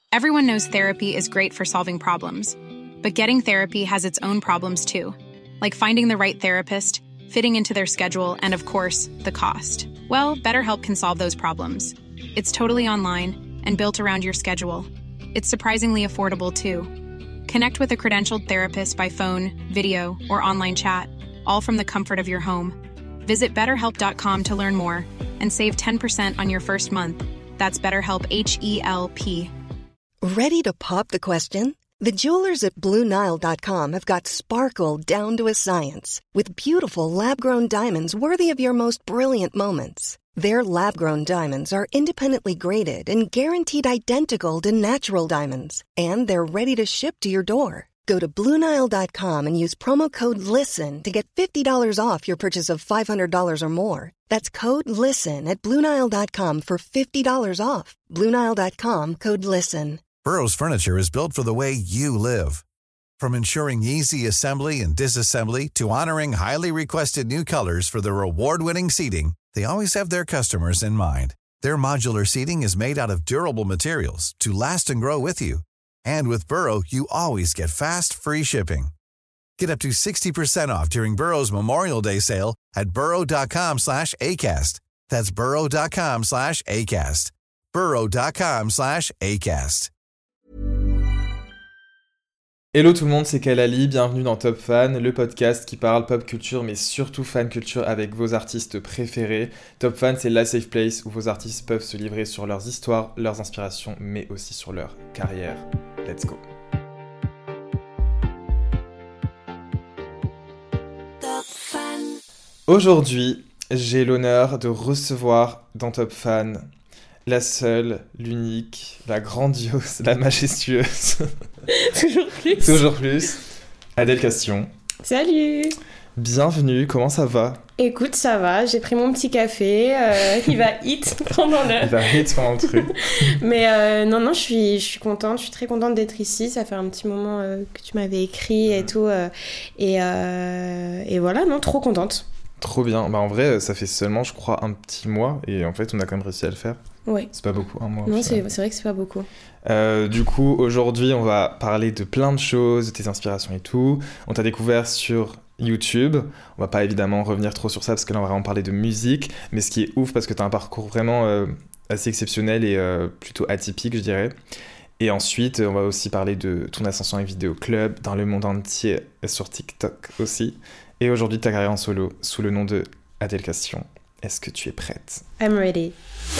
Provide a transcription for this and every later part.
Everyone knows therapy is great for solving problems, but getting therapy has its own problems too, like finding the right therapist, fitting into their schedule, and of course, the cost. Well, BetterHelp can solve those problems. It's totally online and built around your schedule. It's surprisingly affordable too. Connect with a credentialed therapist by phone, video, or online chat, all from the comfort of your home. Visit BetterHelp.com to learn more and save 10% on your first month. That's BetterHelp, H-E-L-P. Ready to pop the question? The jewelers at BlueNile.com have got sparkle down to a science with beautiful lab-grown diamonds worthy of your most brilliant moments. Their lab-grown diamonds are independently graded and guaranteed identical to natural diamonds, and they're ready to ship to your door. Go to BlueNile.com and use promo code LISTEN to get $50 off your purchase of $500 or more. That's code LISTEN at BlueNile.com for $50 off. BlueNile.com, code LISTEN. Burrow's furniture is built for the way you live. From ensuring easy assembly and disassembly to honoring highly requested new colors for their award-winning seating, they always have their customers in mind. Their modular seating is made out of durable materials to last and grow with you. And with Burrow, you always get fast, free shipping. Get up to 60% off during Burrow's Memorial Day sale at burrow.com/ACAST. That's burrow.com/ACAST. burrow.com/ACAST. Hello tout le monde, c'est Kalali, bienvenue dans Top Fan, le podcast qui parle pop culture mais surtout fan culture avec vos artistes préférés. Top Fan, c'est la safe place où vos artistes peuvent se livrer sur leurs histoires, leurs inspirations mais aussi sur leur carrière. Let's go. Aujourd'hui, j'ai l'honneur de recevoir dans Top Fan la seule, l'unique, la grandiose, la majestueuse. Toujours plus. Adèle Castillon. Salut. Bienvenue, comment ça va ? Écoute, ça va, j'ai pris mon petit café, il va hit pendant le... Il va hit pendant le truc. Mais non, je suis contente, je suis très contente d'être ici, ça fait un petit moment que tu m'avais écrit et tout, et voilà, non, trop contente. Trop bien, bah en vrai, ça fait seulement, je crois, un petit mois, et en fait, on a quand même réussi à le faire. Ouais. C'est pas beaucoup, un mois. Non, c'est vrai que c'est pas beaucoup. Du coup, aujourd'hui, on va parler de plein de choses, de tes inspirations et tout. On t'a découvert sur YouTube. On va pas évidemment revenir trop sur ça parce que là, on va vraiment parler de musique. Mais ce qui est ouf, parce que t'as un parcours vraiment assez exceptionnel et plutôt atypique, je dirais. Et ensuite, on va aussi parler de ton ascension avec Vidéo Club dans le monde entier et sur TikTok aussi. Et aujourd'hui, ta carrière en solo sous le nom de Adèle Castillon. Est-ce que tu es prête ? I'm ready.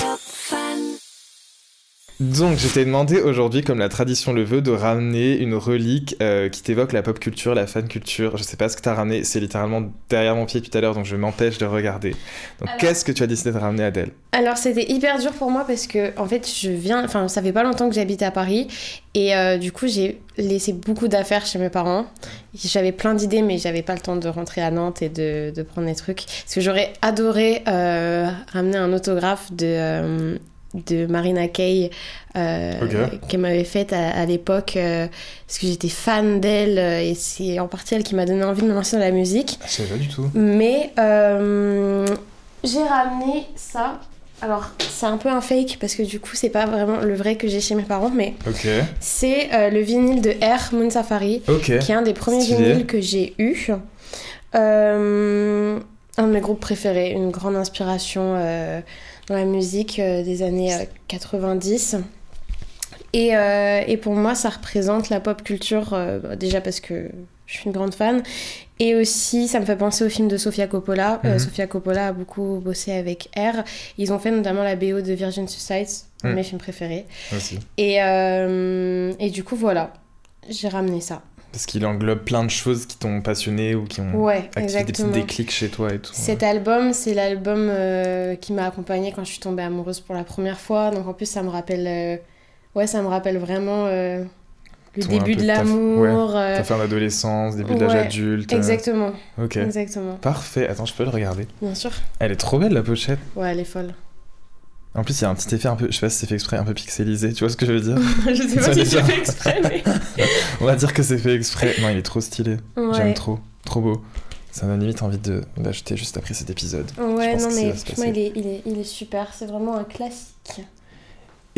Donc, je t'ai demandé aujourd'hui, comme la tradition le veut, de ramener une relique qui t'évoque la pop culture, la fan culture. Je sais pas ce que t'as ramené, c'est littéralement derrière mon pied depuis tout à l'heure, donc je m'empêche de regarder. Donc, qu'est-ce que tu as décidé de ramener, Adèle ? Alors, c'était hyper dur pour moi parce que, en fait, ça fait pas longtemps que j'habite à Paris et du coup, j'ai laissé beaucoup d'affaires chez mes parents. J'avais plein d'idées, mais j'avais pas le temps de rentrer à Nantes et de prendre des trucs. Parce que j'aurais adoré ramener un autographe de Marina Kaye qu'elle m'avait faite à l'époque parce que j'étais fan d'elle et c'est en partie elle qui m'a donné envie de me lancer dans la musique. Je savais pas du tout. Mais j'ai ramené ça. Alors c'est un peu un fake parce que du coup c'est pas vraiment le vrai que j'ai chez mes parents, mais c'est le vinyle de R, Moon Safari, qui est un des premiers vinyles que j'ai eu. Un de mes groupes préférés, une grande inspiration dans la musique des années 90. Et pour moi, ça représente la pop culture, déjà parce que je suis une grande fan, et aussi ça me fait penser au film de Sofia Coppola. Sofia Coppola a beaucoup bossé avec R. Ils ont fait notamment la BO de Virgin Suicides, un de mes films préférés. Aussi. Et du coup, voilà, j'ai ramené ça. Parce qu'il englobe plein de choses qui t'ont passionné ou qui ont activé des petits déclics chez toi et tout. Cet album, c'est l'album qui m'a accompagnée quand je suis tombée amoureuse pour la première fois. Donc en plus, ça me rappelle vraiment le début de l'amour. Ta fin d'adolescence, début de l'âge adulte. Exactement. Ok. Exactement. Parfait. Attends, je peux le regarder ? Bien sûr. Elle est trop belle, la pochette. Ouais, elle est folle. En plus, il y a un petit effet un peu, je sais pas si c'est fait exprès, un peu pixelisé, tu vois ce que je veux dire ? Je sais pas si c'est fait exprès, mais... On va dire que c'est fait exprès. Non, il est trop stylé. Ouais. J'aime trop. Trop beau. Ça m'a limite envie de l'acheter juste après cet épisode. Ouais, non, mais franchement, il est super. C'est vraiment un classique.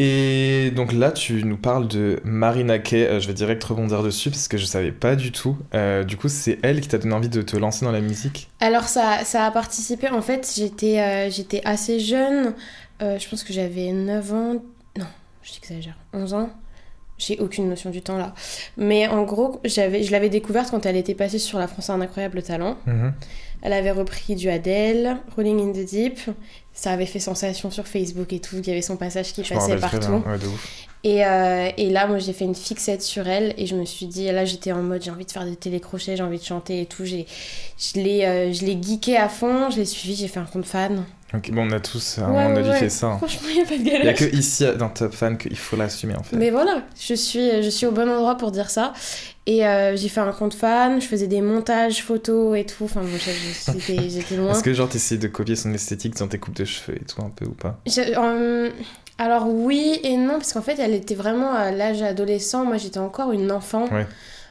Et donc là, tu nous parles de Marina Kaye. Je vais direct rebondir dessus parce que je savais pas du tout. Du coup, c'est elle qui t'a donné envie de te lancer dans la musique? Alors ça a participé, en fait j'étais assez jeune, je pense que j'avais 9 ans, non, j'exagère, 11 ans, j'ai aucune notion du temps là. Mais en gros, je l'avais découverte quand elle était passée sur La France a un incroyable talent. Elle avait repris du Adele, Rolling in the Deep, ça avait fait sensation sur Facebook et tout, il y avait son passage qui passait partout. Ouais, de ouf. Et là, moi, j'ai fait une fixette sur elle et je me suis dit, là, j'étais en mode, j'ai envie de faire des télécrochets, j'ai envie de chanter et tout. Je l'ai geekée à fond, je l'ai suivie, j'ai fait un compte fan. Ok, bon, on a tous à un moment donné fait ça. Franchement, il n'y a pas de galère. Il n'y a que ici, dans Top Fan, qu'il faut l'assumer, en fait. Mais voilà, je suis au bon endroit pour dire ça. Et j'ai fait un compte fan, je faisais des montages photos et tout. Enfin, bon, j'étais loin. Est-ce que, genre, t'essayes de copier son esthétique dans tes coupes de cheveux et tout, un peu, ou pas? Alors oui et non, parce qu'en fait elle était vraiment à l'âge adolescent, moi j'étais encore une enfant. Ouais.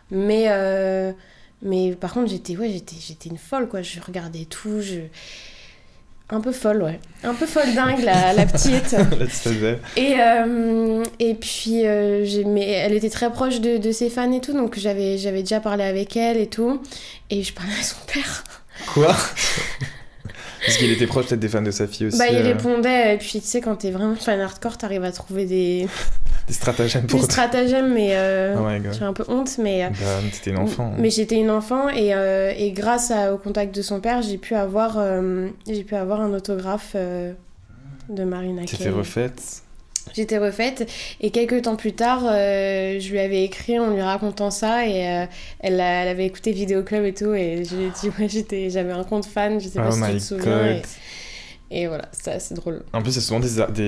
Mais par contre j'étais une folle quoi, je regardais tout, un peu folle, ouais. Un peu folle dingue la petite. La petite Adèle. Et puis elle était très proche de ses fans et tout, donc j'avais déjà parlé avec elle et tout, et je parlais à son père. Quoi? Parce qu'il était proche peut-être des fans de sa fille aussi. Bah, il répondait, et puis tu sais, quand t'es vraiment fan hardcore, t'arrives à trouver des stratagèmes pour des stratagèmes, mais oh my God. j'ai un peu honte, mais t'étais une enfant. Mais j'étais une enfant, et grâce au contact de son père, j'ai pu avoir un autographe de Marina Kaye. T'étais refaite? J'étais refaite, et quelques temps plus tard, je lui avais écrit en lui racontant ça, et elle avait écouté Vidéo Club et tout, et je lui ai dit ouais, j'avais un compte fan, je sais pas si tu te souviens, et voilà, c'est drôle. En plus, il y a souvent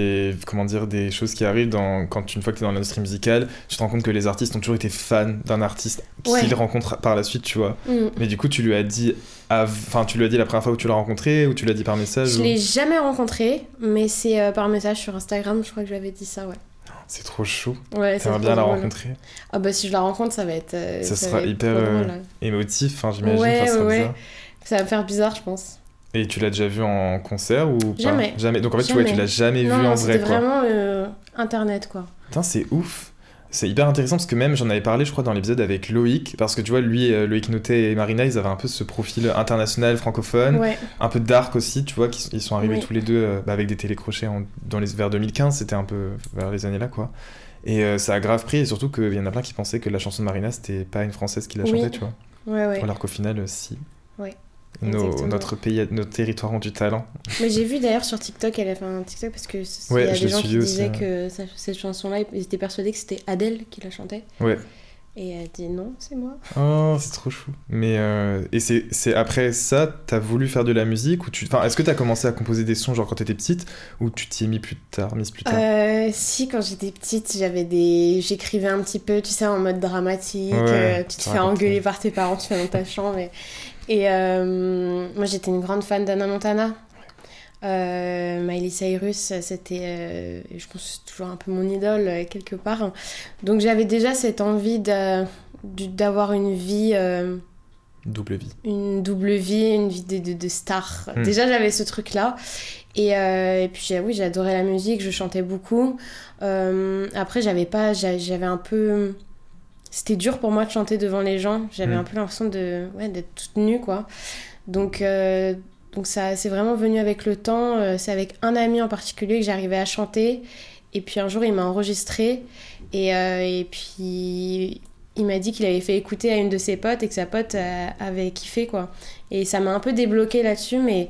des choses qui arrivent une fois que t'es dans l'industrie musicale, tu te rends compte que les artistes ont toujours été fans d'un artiste qu'ils rencontrent par la suite, tu vois. Mais du coup, tu lui as dit la première fois où tu l'as rencontré, ou tu l'as dit par message? Je l'ai jamais rencontré, mais c'est par message sur Instagram, je crois que je lui avais dit ça, ouais. C'est trop chou. Ouais, t'aimerais bien la rencontrer? Ah bah si je la rencontre, ça va être ça sera va être hyper drôle, émotif, j'imagine. Ouais, ça sera ouais. bizarre. Ça va me faire bizarre, je pense. Et tu l'as déjà vu en concert ou pas? Jamais. Donc en fait, tu l'as jamais vu en vrai, quoi. C'était vraiment internet, quoi. Putain, c'est ouf. C'est hyper intéressant parce que même j'en avais parlé, je crois, dans l'épisode avec Loïc, parce que tu vois, lui, Loïc Notet et Marina, ils avaient un peu ce profil international, francophone, un peu dark aussi, tu vois, ils sont arrivés tous les deux avec des télécrochets vers 2015, c'était un peu vers les années là, quoi. Et ça a grave pris, et surtout qu'il y en a plein qui pensaient que la chanson de Marina, c'était pas une française qui la chantait, tu vois. Ouais. Alors qu'au final, si. Ouais. Notre pays, nos territoires ont du talent. Mais j'ai vu d'ailleurs sur TikTok, elle a fait un TikTok parce que il y a des gens qui disaient que cette chanson-là, ils étaient persuadés que c'était Adèle qui la chantait. Ouais. Et elle dit non, c'est moi. Oh, c'est trop chou. Mais et c'est après ça, t'as voulu faire de la musique, ou est-ce que t'as commencé à composer des sons genre quand t'étais petite, ou tu t'y es mise plus tard? Si, quand j'étais petite, j'écrivais un petit peu, tu sais, en mode dramatique. Tu te fais engueuler par tes parents, tu fais dans ta chambre. Et moi, j'étais une grande fan d'Hannah Montana. Miley Cyrus, c'était, je pense, que c'est toujours un peu mon idole quelque part. Donc j'avais déjà cette envie d'avoir une vie, double vie, une vie de star. Déjà j'avais ce truc là, et puis oui, j'adorais la musique, je chantais beaucoup. Après j'avais un peu, c'était dur pour moi de chanter devant les gens. J'avais un peu l'impression d'être toute nue, quoi. Donc ça, c'est vraiment venu avec le temps. C'est avec un ami en particulier que j'arrivais à chanter. Et puis un jour, il m'a enregistré. Et puis, il m'a dit qu'il avait fait écouter à une de ses potes et que sa pote avait kiffé, quoi. Et ça m'a un peu débloquée là-dessus. Mais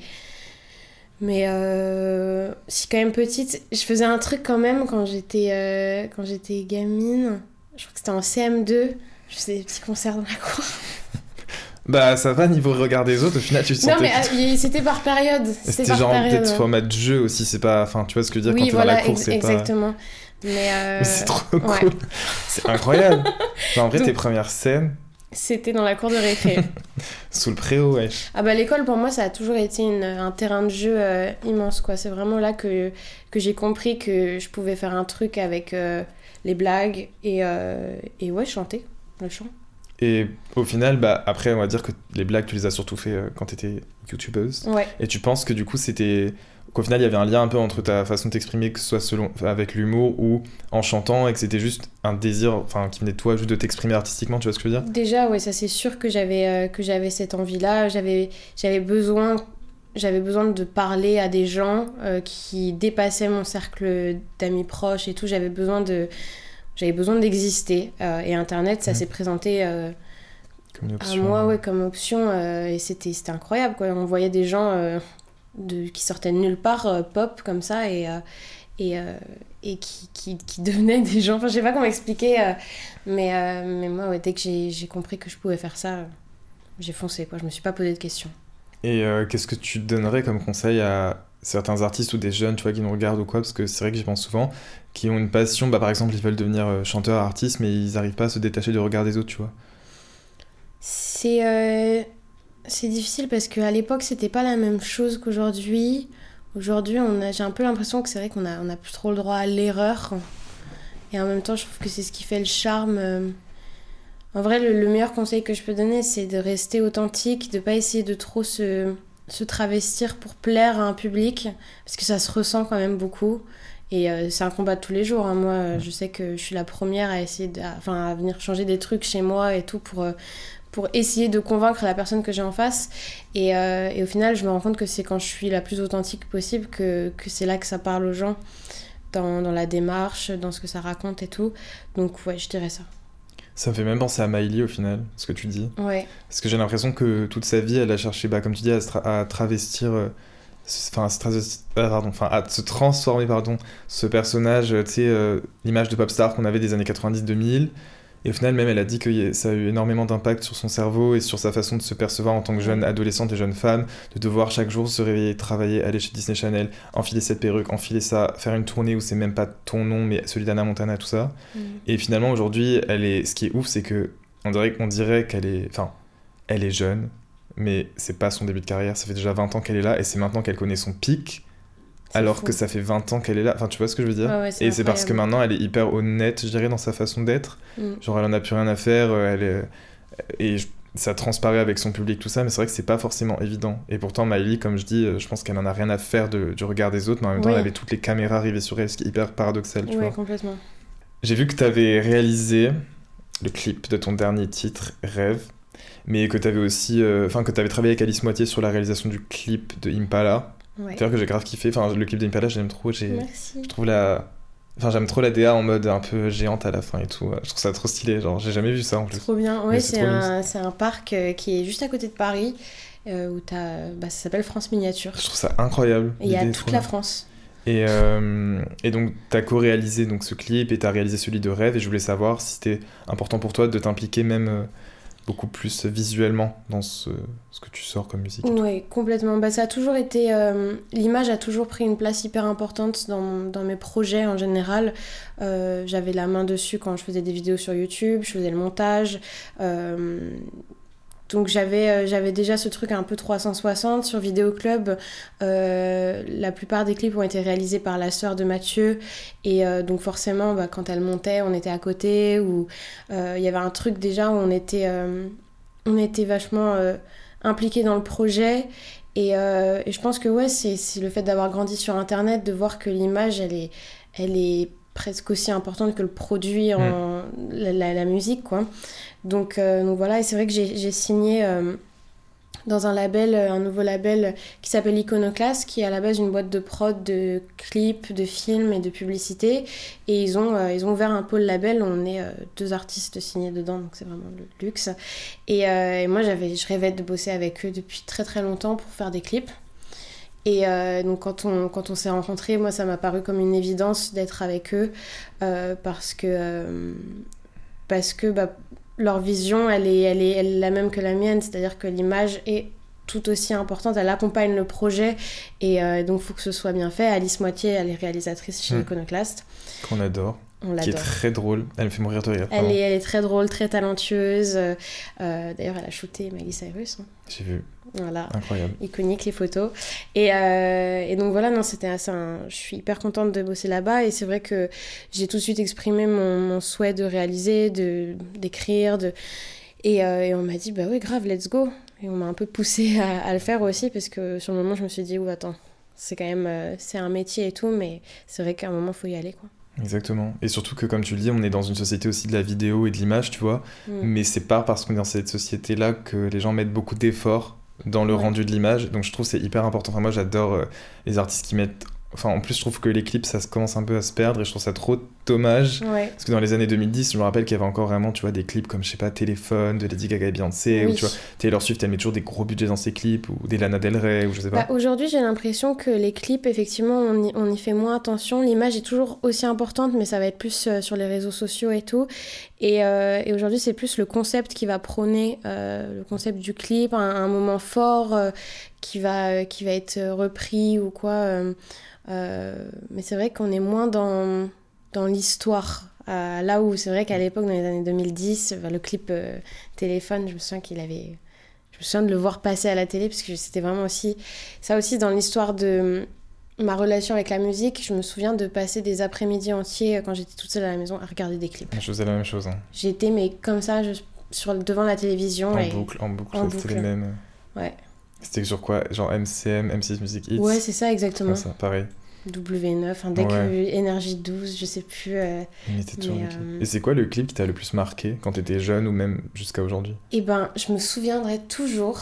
si quand même petite, je faisais un truc quand même quand j'étais gamine. Je crois que c'était en CM2. Je faisais des petits concerts dans la cour. Bah ça va niveau regard des autres, au final tu te sentais... Non mais c'était par période. C'était genre peut-être format de jeu aussi, c'est pas... Enfin tu vois ce que je veux dire, oui, quand t'es dans la cour, c'est exactement. Mais c'est trop cool. C'est incroyable. En vrai, tes premières scènes... C'était dans la cour de récré. Sous le préau, wesh. Ah bah l'école pour moi ça a toujours été un terrain de jeu immense, quoi. C'est vraiment là que j'ai compris que je pouvais faire un truc avec les blagues et chanter, le chant. Et au final, bah, après, on va dire que les blagues, tu les as surtout fait quand t'étais youtubeuse. Ouais. Et tu penses que du coup, qu'au final, il y avait un lien un peu entre ta façon de t'exprimer, que ce soit avec l'humour ou en chantant, et que c'était juste un désir qui venait de toi, juste de t'exprimer artistiquement, tu vois ce que je veux dire ? Déjà, ouais, ça c'est sûr que j'avais cette envie-là. J'avais besoin de parler à des gens qui dépassaient mon cercle d'amis proches et tout. J'avais besoin d'exister. Et Internet, ça s'est présenté comme une à option. moi, ouais, comme option. Et c'était incroyable, quoi. On voyait des gens qui sortaient de nulle part, pop, comme ça, et qui devenaient des gens... Enfin, je sais pas comment expliquer, mais moi, ouais, dès que j'ai compris que je pouvais faire ça, j'ai foncé, quoi. Je me suis pas posé de questions. Et qu'est-ce que tu donnerais comme conseil à certains artistes ou des jeunes, tu vois, qui nous regardent ou quoi, parce que c'est vrai que j'y pense souvent, qui ont une passion, bah, par exemple, ils veulent devenir chanteurs, artistes, mais ils n'arrivent pas à se détacher du regard des autres, tu vois. C'est difficile parce qu'à l'époque, c'était pas la même chose qu'aujourd'hui. Aujourd'hui, j'ai un peu l'impression que c'est vrai qu'on a plus trop le droit à l'erreur. Et en même temps, je trouve que c'est ce qui fait le charme. En vrai, le meilleur conseil que je peux donner, c'est de rester authentique, de pas essayer de trop se travestir pour plaire à un public, parce que ça se ressent quand même beaucoup. Et c'est un combat de tous les jours, hein. Moi, je sais que je suis la première à essayer à venir changer des trucs chez moi et tout pour essayer de convaincre la personne que j'ai en face. Et au final, je me rends compte que c'est quand je suis la plus authentique possible que c'est là que ça parle aux gens, dans la démarche, dans ce que ça raconte et tout. Donc ouais, je dirais ça. Ça me fait même penser à Miley au final, ce que tu dis. Ouais. Parce que j'ai l'impression que toute sa vie, elle a cherché, bah, comme tu dis, à travestir... à se transformer, ce personnage, tu sais, l'image de pop star qu'on avait des années 90-2000. Et au final, même, elle a dit que ça a eu énormément d'impact sur son cerveau et sur sa façon de se percevoir en tant que jeune adolescente et jeune femme, de devoir chaque jour se réveiller, travailler, aller chez Disney Channel, enfiler cette perruque, enfiler ça, faire une tournée où c'est même pas ton nom, mais celui d'Anna Montana, tout ça. Et finalement, aujourd'hui, ce qui est ouf, c'est que on dirait qu'elle est... Enfin, elle est jeune, mais c'est pas son début de carrière. Ça fait déjà 20 ans qu'elle est là et c'est maintenant qu'elle connaît son pic. Alors fou. Que ça fait 20 ans qu'elle est là. Enfin, tu vois ce que je veux dire ? Ouais, et c'est parce que maintenant, elle est hyper honnête, je dirais, dans sa façon d'être. Genre, elle en a plus rien à faire. Ça transparaît avec son public, tout ça. Mais c'est vrai que c'est pas forcément évident. Et pourtant, Miley, comme je dis, je pense qu'elle en a rien à faire du regard des autres. Mais en même temps, elle avait toutes les caméras arrivées sur elle, ce qui est hyper paradoxal, tu vois. Ouais, complètement. J'ai vu que t'avais réalisé le clip de ton dernier titre, Rêve. Mais que t'avais aussi... que t'avais travaillé avec Alice Moitié sur la réalisation du clip de Impala. Ouais. C'est-à-dire que j'ai grave kiffé. Enfin, le clip d'Impala, j'aime trop. Merci. Je trouve j'aime trop la DA en mode un peu géante à la fin et tout. Je trouve ça trop stylé. Genre, j'ai jamais vu ça en plus. Trop bien. Ouais, c'est un parc qui est juste à côté de Paris où ça s'appelle France Miniature. Je trouve ça incroyable. Et il y a toute la France. Et donc, t'as co-réalisé donc, ce clip et t'as réalisé celui de Rêve. Et je voulais savoir si c'était important pour toi de t'impliquer même beaucoup plus visuellement dans ce que tu sors comme musique. Oui, complètement. Ça a toujours été... l'image a toujours pris une place hyper importante dans mes projets en général. J'avais la main dessus quand je faisais des vidéos sur YouTube, je faisais le montage. Donc j'avais déjà ce truc un peu 360 sur Vidéo Club. La plupart des clips ont été réalisés par la sœur de Mathieu. Et donc forcément, quand elle montait, on était à côté. Ou il y avait un truc déjà où on était vachement impliqués dans le projet. Et je pense que ouais, c'est le fait d'avoir grandi sur Internet, de voir que l'image, elle est presque aussi importante que le produit, la musique, quoi. Donc voilà, et c'est vrai que j'ai signé dans un nouveau label qui s'appelle Iconoclast, qui est à la base une boîte de prod de clips, de films et de publicité. Et ils ont ouvert un pôle label, on est 2 artistes signés dedans, donc c'est vraiment le luxe. Et moi, je rêvais de bosser avec eux depuis très très longtemps pour faire des clips. Et donc quand on s'est rencontrés, moi ça m'a paru comme une évidence d'être avec eux parce que leur vision elle est la même que la mienne, c'est-à-dire que l'image est tout aussi importante, elle accompagne le projet et donc il faut que ce soit bien fait. Alice Moitié, elle est réalisatrice chez Iconoclast. Qu'on adore. On l'adore. Qui est très drôle, elle me fait mourir de rire. Elle est très drôle, très talentueuse. D'ailleurs, elle a shooté Miley Cyrus. Hein. J'ai vu. Voilà. Incroyable. Iconique les photos. Et donc voilà, non, c'était je suis hyper contente de bosser là-bas et c'est vrai que j'ai tout de suite exprimé mon souhait de réaliser, d'écrire, Et on m'a dit, bah oui, grave, let's go. Et on m'a un peu poussé à le faire aussi, parce que sur le moment, je me suis dit, attends, c'est quand même, c'est un métier et tout, mais c'est vrai qu'à un moment, il faut y aller, quoi. Exactement. Et surtout que, comme tu le dis, on est dans une société aussi de la vidéo et de l'image, tu vois. Mais c'est pas parce qu'on est dans cette société-là que les gens mettent beaucoup d'efforts dans le rendu de l'image. Donc je trouve que c'est hyper important. Enfin, moi, j'adore les artistes qui mettent... Enfin, en plus, je trouve que les clips, ça commence un peu à se perdre et je trouve ça trop dommage. Parce que dans les années 2010, je me rappelle qu'il y avait encore vraiment, tu vois, des clips comme, je sais pas, Téléphone, de Lady Gaga et Beyoncé, ou tu vois, Taylor Swift, elle met toujours des gros budgets dans ses clips, ou des Lana Del Rey, ou je sais pas. Aujourd'hui, j'ai l'impression que les clips, effectivement, on y fait moins attention. L'image est toujours aussi importante, mais ça va être plus sur les réseaux sociaux et tout. Et aujourd'hui, c'est plus le concept qui va prôner, le concept du clip, un moment fort qui va être repris ou quoi. Mais c'est vrai qu'on est moins dans l'histoire. Là où c'est vrai qu'à l'époque, dans les années 2010, le clip Téléphone, je me souviens de le voir passer à la télé, parce que c'était vraiment aussi... Ça aussi, dans l'histoire de ma relation avec la musique, je me souviens de passer des après-midi entiers, quand j'étais toute seule à la maison, à regarder des clips. Je faisais la même chose. Hein. J'étais, mais comme ça, devant la télévision. En boucle, c'était les mêmes. Ouais. C'était sur quoi? Genre MCM, M6 Music Hits? Ouais, c'est ça, exactement. Comme ça, pareil. W9, dès que Énergie 12, je sais plus. Il était toujours Et c'est quoi le clip qui t'a le plus marqué quand t'étais jeune ou même jusqu'à aujourd'hui? Eh ben, je me souviendrai toujours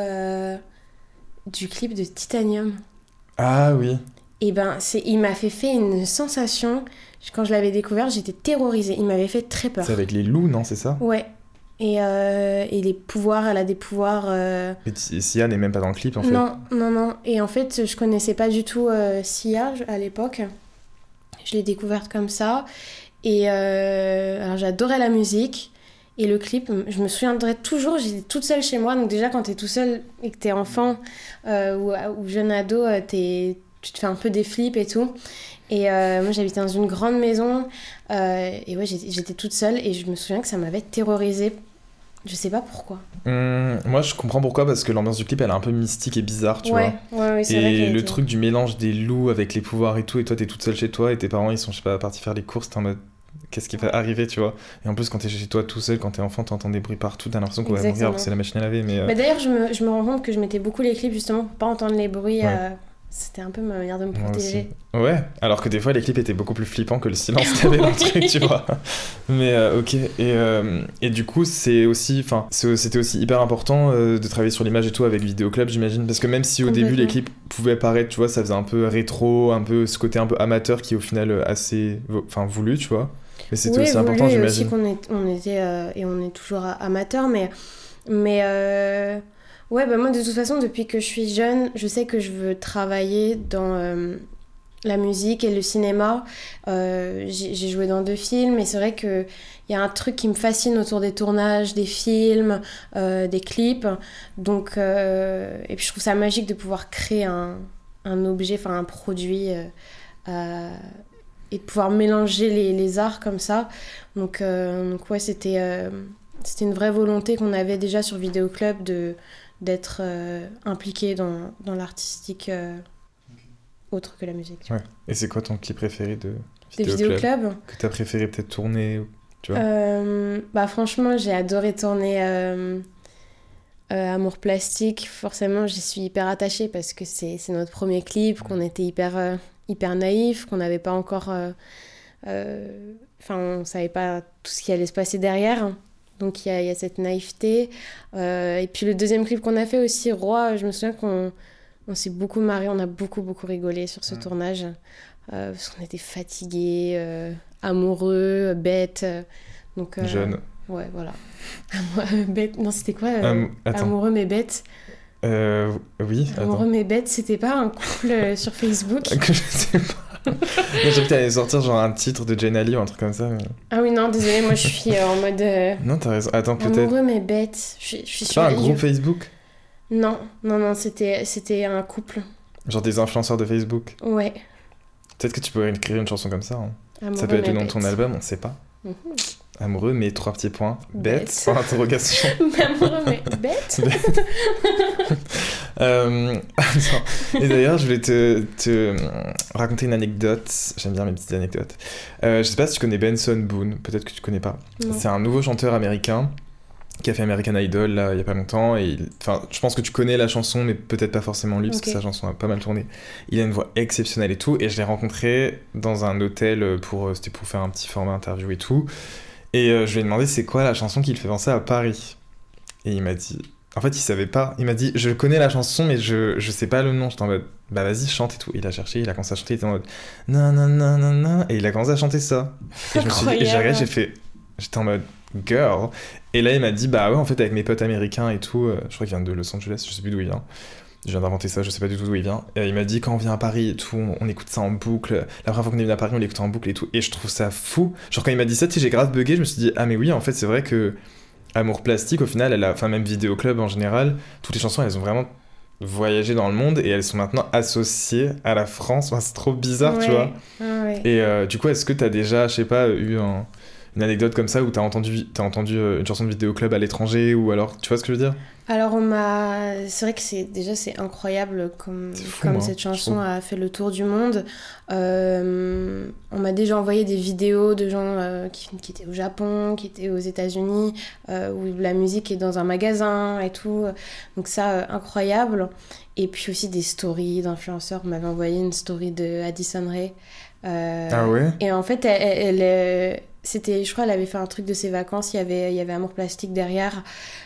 du clip de Titanium. Ah oui. Eh ben, il m'a fait une sensation. Quand je l'avais découvert, j'étais terrorisée. Il m'avait fait très peur. C'est avec les loups, non? C'est ça? Ouais. Et les pouvoirs, elle a des pouvoirs... Et Sia n'est même pas dans le clip, en fait. Non. Et en fait, je connaissais pas du tout Sia à l'époque. Je l'ai découverte comme ça. Et alors, j'adorais la musique. Et le clip, je me souviendrai toujours, j'étais toute seule chez moi. Donc déjà, quand t'es tout seul et que t'es enfant ou jeune ado, tu te fais un peu des flips et tout. Et moi, j'habitais dans une grande maison. Et ouais, j'étais toute seule. Et je me souviens que ça m'avait terrorisée. Je sais pas pourquoi. Moi, je comprends pourquoi, parce que l'ambiance du clip, elle est un peu mystique et bizarre, tu vois. Ouais, c'est et vrai le truc du mélange des loups avec les pouvoirs et tout, et toi, t'es toute seule chez toi, et tes parents, ils sont, je sais pas, partis faire les courses, t'es en mode... Qu'est-ce qui va arriver, tu vois? Et en plus, quand t'es chez toi tout seul, quand t'es enfant, t'entends des bruits partout, t'as l'impression qu'on va mourir alors que c'est la machine à laver. Mais d'ailleurs, je me rends compte que je mettais beaucoup les clips justement pour pas entendre les bruits. C'était un peu ma manière de me protéger. Ouais, alors que des fois, les clips étaient beaucoup plus flippants que le silence qu'il y avait dans le truc, tu vois. Mais ok, et du coup, c'était aussi hyper important de travailler sur l'image et tout avec Vidéo Club, j'imagine. Parce que même si au début, les clips pouvaient paraître, tu vois, ça faisait un peu rétro, un peu ce côté un peu amateur qui est au final assez voulu, tu vois. Mais c'était aussi important, j'imagine. Oui, aussi qu'on était, et on est toujours amateur, mais ouais, bah moi, de toute façon, depuis que je suis jeune, je sais que je veux travailler dans la musique et le cinéma. J'ai joué dans 2 films, et c'est vrai qu'il y a un truc qui me fascine autour des tournages, des films, des clips. Donc, et puis je trouve ça magique de pouvoir créer un objet, enfin un produit, et de pouvoir mélanger les arts comme ça. Donc ouais, c'était une vraie volonté qu'on avait déjà sur Vidéo Club d'être impliqué dans l'artistique autre que la musique. Ouais. Et c'est quoi ton clip préféré de Vidéo Club que t'as préféré peut-être tourner, tu vois? Bah franchement, j'ai adoré tourner Amour Plastique. Forcément, j'y suis hyper attachée parce que c'est notre premier clip, qu'on était hyper naïfs, qu'on n'avait pas encore... on savait pas tout ce qui allait se passer derrière. Donc il y a cette naïveté. Et puis le deuxième clip qu'on a fait aussi, Roi, je me souviens qu'on s'est beaucoup marré, on a beaucoup rigolé sur ce tournage. Parce qu'on était fatigués, amoureux, bêtes. Donc, jeune. Ouais, voilà. Bête. Non, c'était quoi Amoureux mais bêtes. Oui. Amoureux mais bêtes, c'était pas un couple sur Facebook? Je sais pas. J'ai cru que t'allais sortir genre un titre de Jane Ali ou un truc comme ça. Mais... Ah oui, non, désolé, moi je suis en mode... Non, t'as raison. Attends, peut-être... Amoureux mais bêtes. Je suis c'est pas un groupe Facebook? Non, c'était un couple. Genre des influenceurs de Facebook? Ouais. Peut-être que tu pourrais écrire une chanson comme ça. Hein. Ça peut être le nom de ton album, on sait pas. Amoureux mais 3 petits points. Bête. Point d'interrogation. Amoureux mais bête. Et d'ailleurs, je voulais te raconter une anecdote. J'aime bien mes petites anecdotes. Je sais pas si tu connais Benson Boone. Peut-être que tu connais pas. Non. C'est un nouveau chanteur américain qui a fait American Idol là il y a pas longtemps, et enfin je pense que tu connais la chanson mais peut-être pas forcément lui parce que sa chanson a pas mal tourné. Il a une voix exceptionnelle et tout, et je l'ai rencontré dans un hôtel c'était pour faire un petit format interview et tout, et je lui ai demandé c'est quoi la chanson qui le fait penser à Paris, et il m'a dit, en fait il savait pas, il m'a dit je connais la chanson mais je sais pas le nom. J'étais en mode bah vas-y chante et tout. Il a cherché, il a commencé à chanter, il était en mode nan nan nan nan nan, et il a commencé à chanter ça, et je me suis dit, et j'ai regardé, j'étais en mode girl. Et là il m'a dit bah ouais en fait avec mes potes américains et tout, je crois qu'il vient de Los Angeles, je sais plus d'où il vient, je viens d'inventer ça, je sais pas du tout d'où il vient, et il m'a dit quand on vient à Paris et tout on écoute ça en boucle, la première fois qu'on est venu à Paris on l'écoute en boucle et tout, et je trouve ça fou. Genre quand il m'a dit ça, tu sais, j'ai grave bugué, je me suis dit ah mais oui en fait c'est vrai que Amour Plastique au final enfin même Vidéo Club en général, toutes les chansons elles ont vraiment voyagé dans le monde et elles sont maintenant associées à la France. Enfin, c'est trop bizarre, tu vois. Et du coup est-ce que t'as déjà, je sais pas, eu une anecdote comme ça où t'as entendu une chanson de Vidéo Club à l'étranger, ou alors, tu vois ce que je veux dire? Alors c'est vrai que c'est incroyable comme cette chanson a fait le tour du monde. On m'a déjà envoyé des vidéos de gens qui étaient au Japon, qui étaient aux États-Unis, où la musique est dans un magasin et tout. Donc ça, incroyable. Et puis aussi des stories d'influenceurs. On m'avait envoyé une story de Addison Rae. Ah ouais? Et en fait, elle c'était, je crois, elle avait fait un truc de ses vacances. Il y avait Amour Plastique derrière.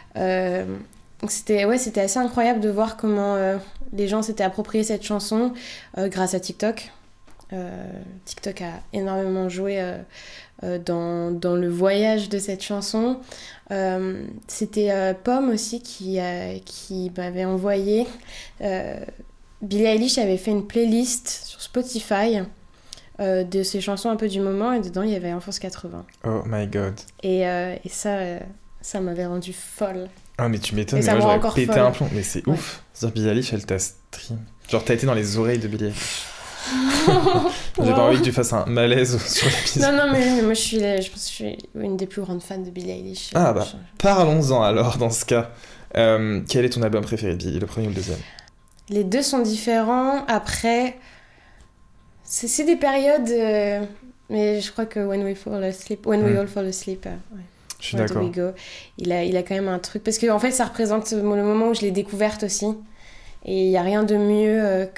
Donc c'était assez incroyable de voir comment les gens s'étaient appropriés cette chanson grâce à TikTok. TikTok a énormément joué dans le voyage de cette chanson. C'était Pomme aussi qui m'avait envoyé. Billie Eilish avait fait une playlist sur Spotify de ses chansons un peu du moment, et dedans il y avait Enfance 80. Oh my god. Et ça m'avait rendue folle. Ah mais tu m'étonnes, mais moi j'aurais pété un plomb. Mais c'est ouf. C'est-à-dire Billie Eilish, elle t'a stream. Genre t'as été dans les oreilles de Billie Eilish. J'ai pas envie que tu fasses un malaise sur l'épisode. Non, mais moi je pense que je suis une des plus grandes fans de Billie Eilish. Ah bah, parlons-en alors dans ce cas. Quel est ton album préféré, Billie, le premier ou le deuxième? Les deux sont différents. Après, c'est des périodes... mais je crois que When We All Fall Asleep... ouais. Je suis d'accord. Il a quand même un truc... Parce que en fait, ça représente le moment où je l'ai découverte aussi. Et il n'y a rien de mieux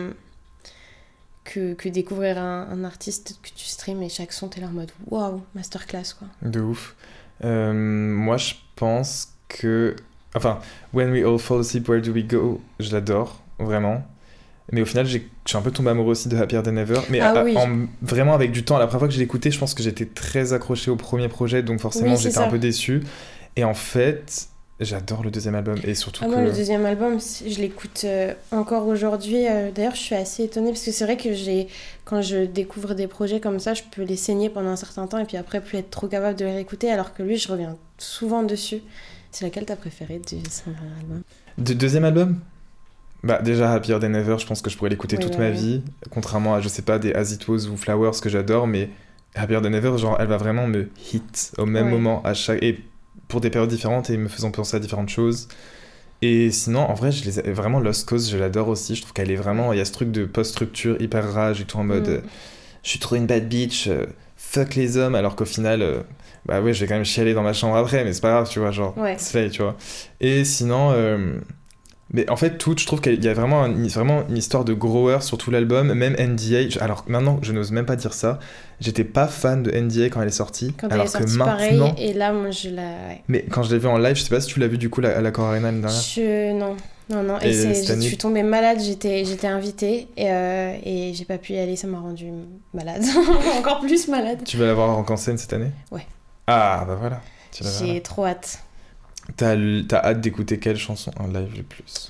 que découvrir un artiste que tu streams, et chaque son, t'es là en mode waouh, masterclass, quoi. De ouf. Moi, je pense que... Enfin, When We All Fall Asleep, Where Do We Go, je l'adore, vraiment. Mais au final, je suis un peu tombé amoureux aussi de Happier Than Ever. Mais vraiment avec du temps. La première fois que je l'ai écouté, je pense que j'étais très accroché au premier projet, donc forcément j'étais un peu déçu. Et en fait, j'adore le deuxième album. Et surtout moi, le deuxième album, je l'écoute encore aujourd'hui. D'ailleurs, je suis assez étonnée parce que c'est vrai que quand je découvre des projets comme ça, je peux les saigner pendant un certain temps et puis après plus être trop capable de les réécouter, alors que lui, je reviens souvent dessus. C'est laquelle t'as préférée de son album? De deuxième album? Bah déjà Happier Than Ever, je pense que je pourrais l'écouter toute ma vie, contrairement à, je sais pas, des As It Was ou Flowers que j'adore, mais Happier Than Ever, genre elle va vraiment me hit au même moment et pour des périodes différentes et me faisant penser à différentes choses. Et sinon en vrai vraiment Lost Cause, je l'adore aussi. Je trouve qu'elle est vraiment, il y a ce truc de post-structure hyper rage et tout en mode je suis trop une bad bitch, fuck les hommes, alors qu'au final bah ouais, je vais quand même chialer dans ma chambre après, mais c'est pas grave, tu vois, genre slay, tu vois. Et sinon mais en fait, je trouve qu'il y a vraiment une histoire de grower sur tout l'album, même NDA. Alors maintenant, je n'ose même pas dire ça. J'étais pas fan de NDA quand elle est sortie. Quand alors elle est sortie, que pareil, maintenant... et là, moi, je la... Ouais. Mais quand je l'ai vu en live, je sais pas si tu l'as vu du coup à la Arena l'année dernière. Non. Et je suis tombée malade, j'étais invitée, et j'ai pas pu y aller, ça m'a rendue malade. Encore plus malade. Tu vas la voir en scène cette année? Ouais. Ah, bah voilà. J'ai trop hâte. T'as hâte d'écouter quelle chanson en live le plus?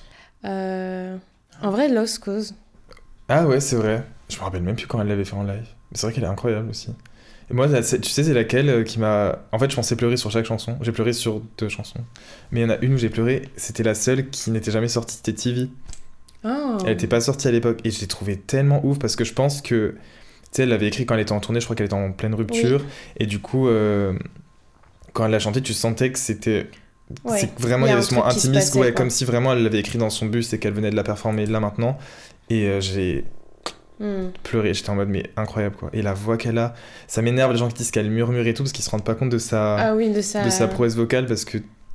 En vrai, Lost Cause. Ah ouais, c'est vrai. Je me rappelle même plus quand elle l'avait fait en live. Mais c'est vrai qu'elle est incroyable aussi. Et moi, tu sais, c'est laquelle qui m'a... En fait, je pensais pleurer sur chaque chanson. J'ai pleuré sur 2 chansons. Mais il y en a une où j'ai pleuré, c'était la seule qui n'était jamais sortie, c'était TV. Oh. Elle n'était pas sortie à l'époque. Et je l'ai trouvée tellement ouf parce que je pense que... Tu sais, elle l'avait écrit quand elle était en tournée, je crois qu'elle était en pleine rupture. Oui. Et du coup, quand elle l'a chanté, tu sentais que c'était... Ouais. C'est vraiment, il y avait ce moment intimiste, comme si vraiment elle l'avait écrit dans son bus et qu'elle venait de la performer là maintenant. Et j'ai pleuré, j'étais en mode mais incroyable quoi. Et la voix qu'elle a, ça m'énerve les gens qui disent qu'elle murmure et tout parce qu'ils se rendent pas compte de sa prouesse vocale, parce que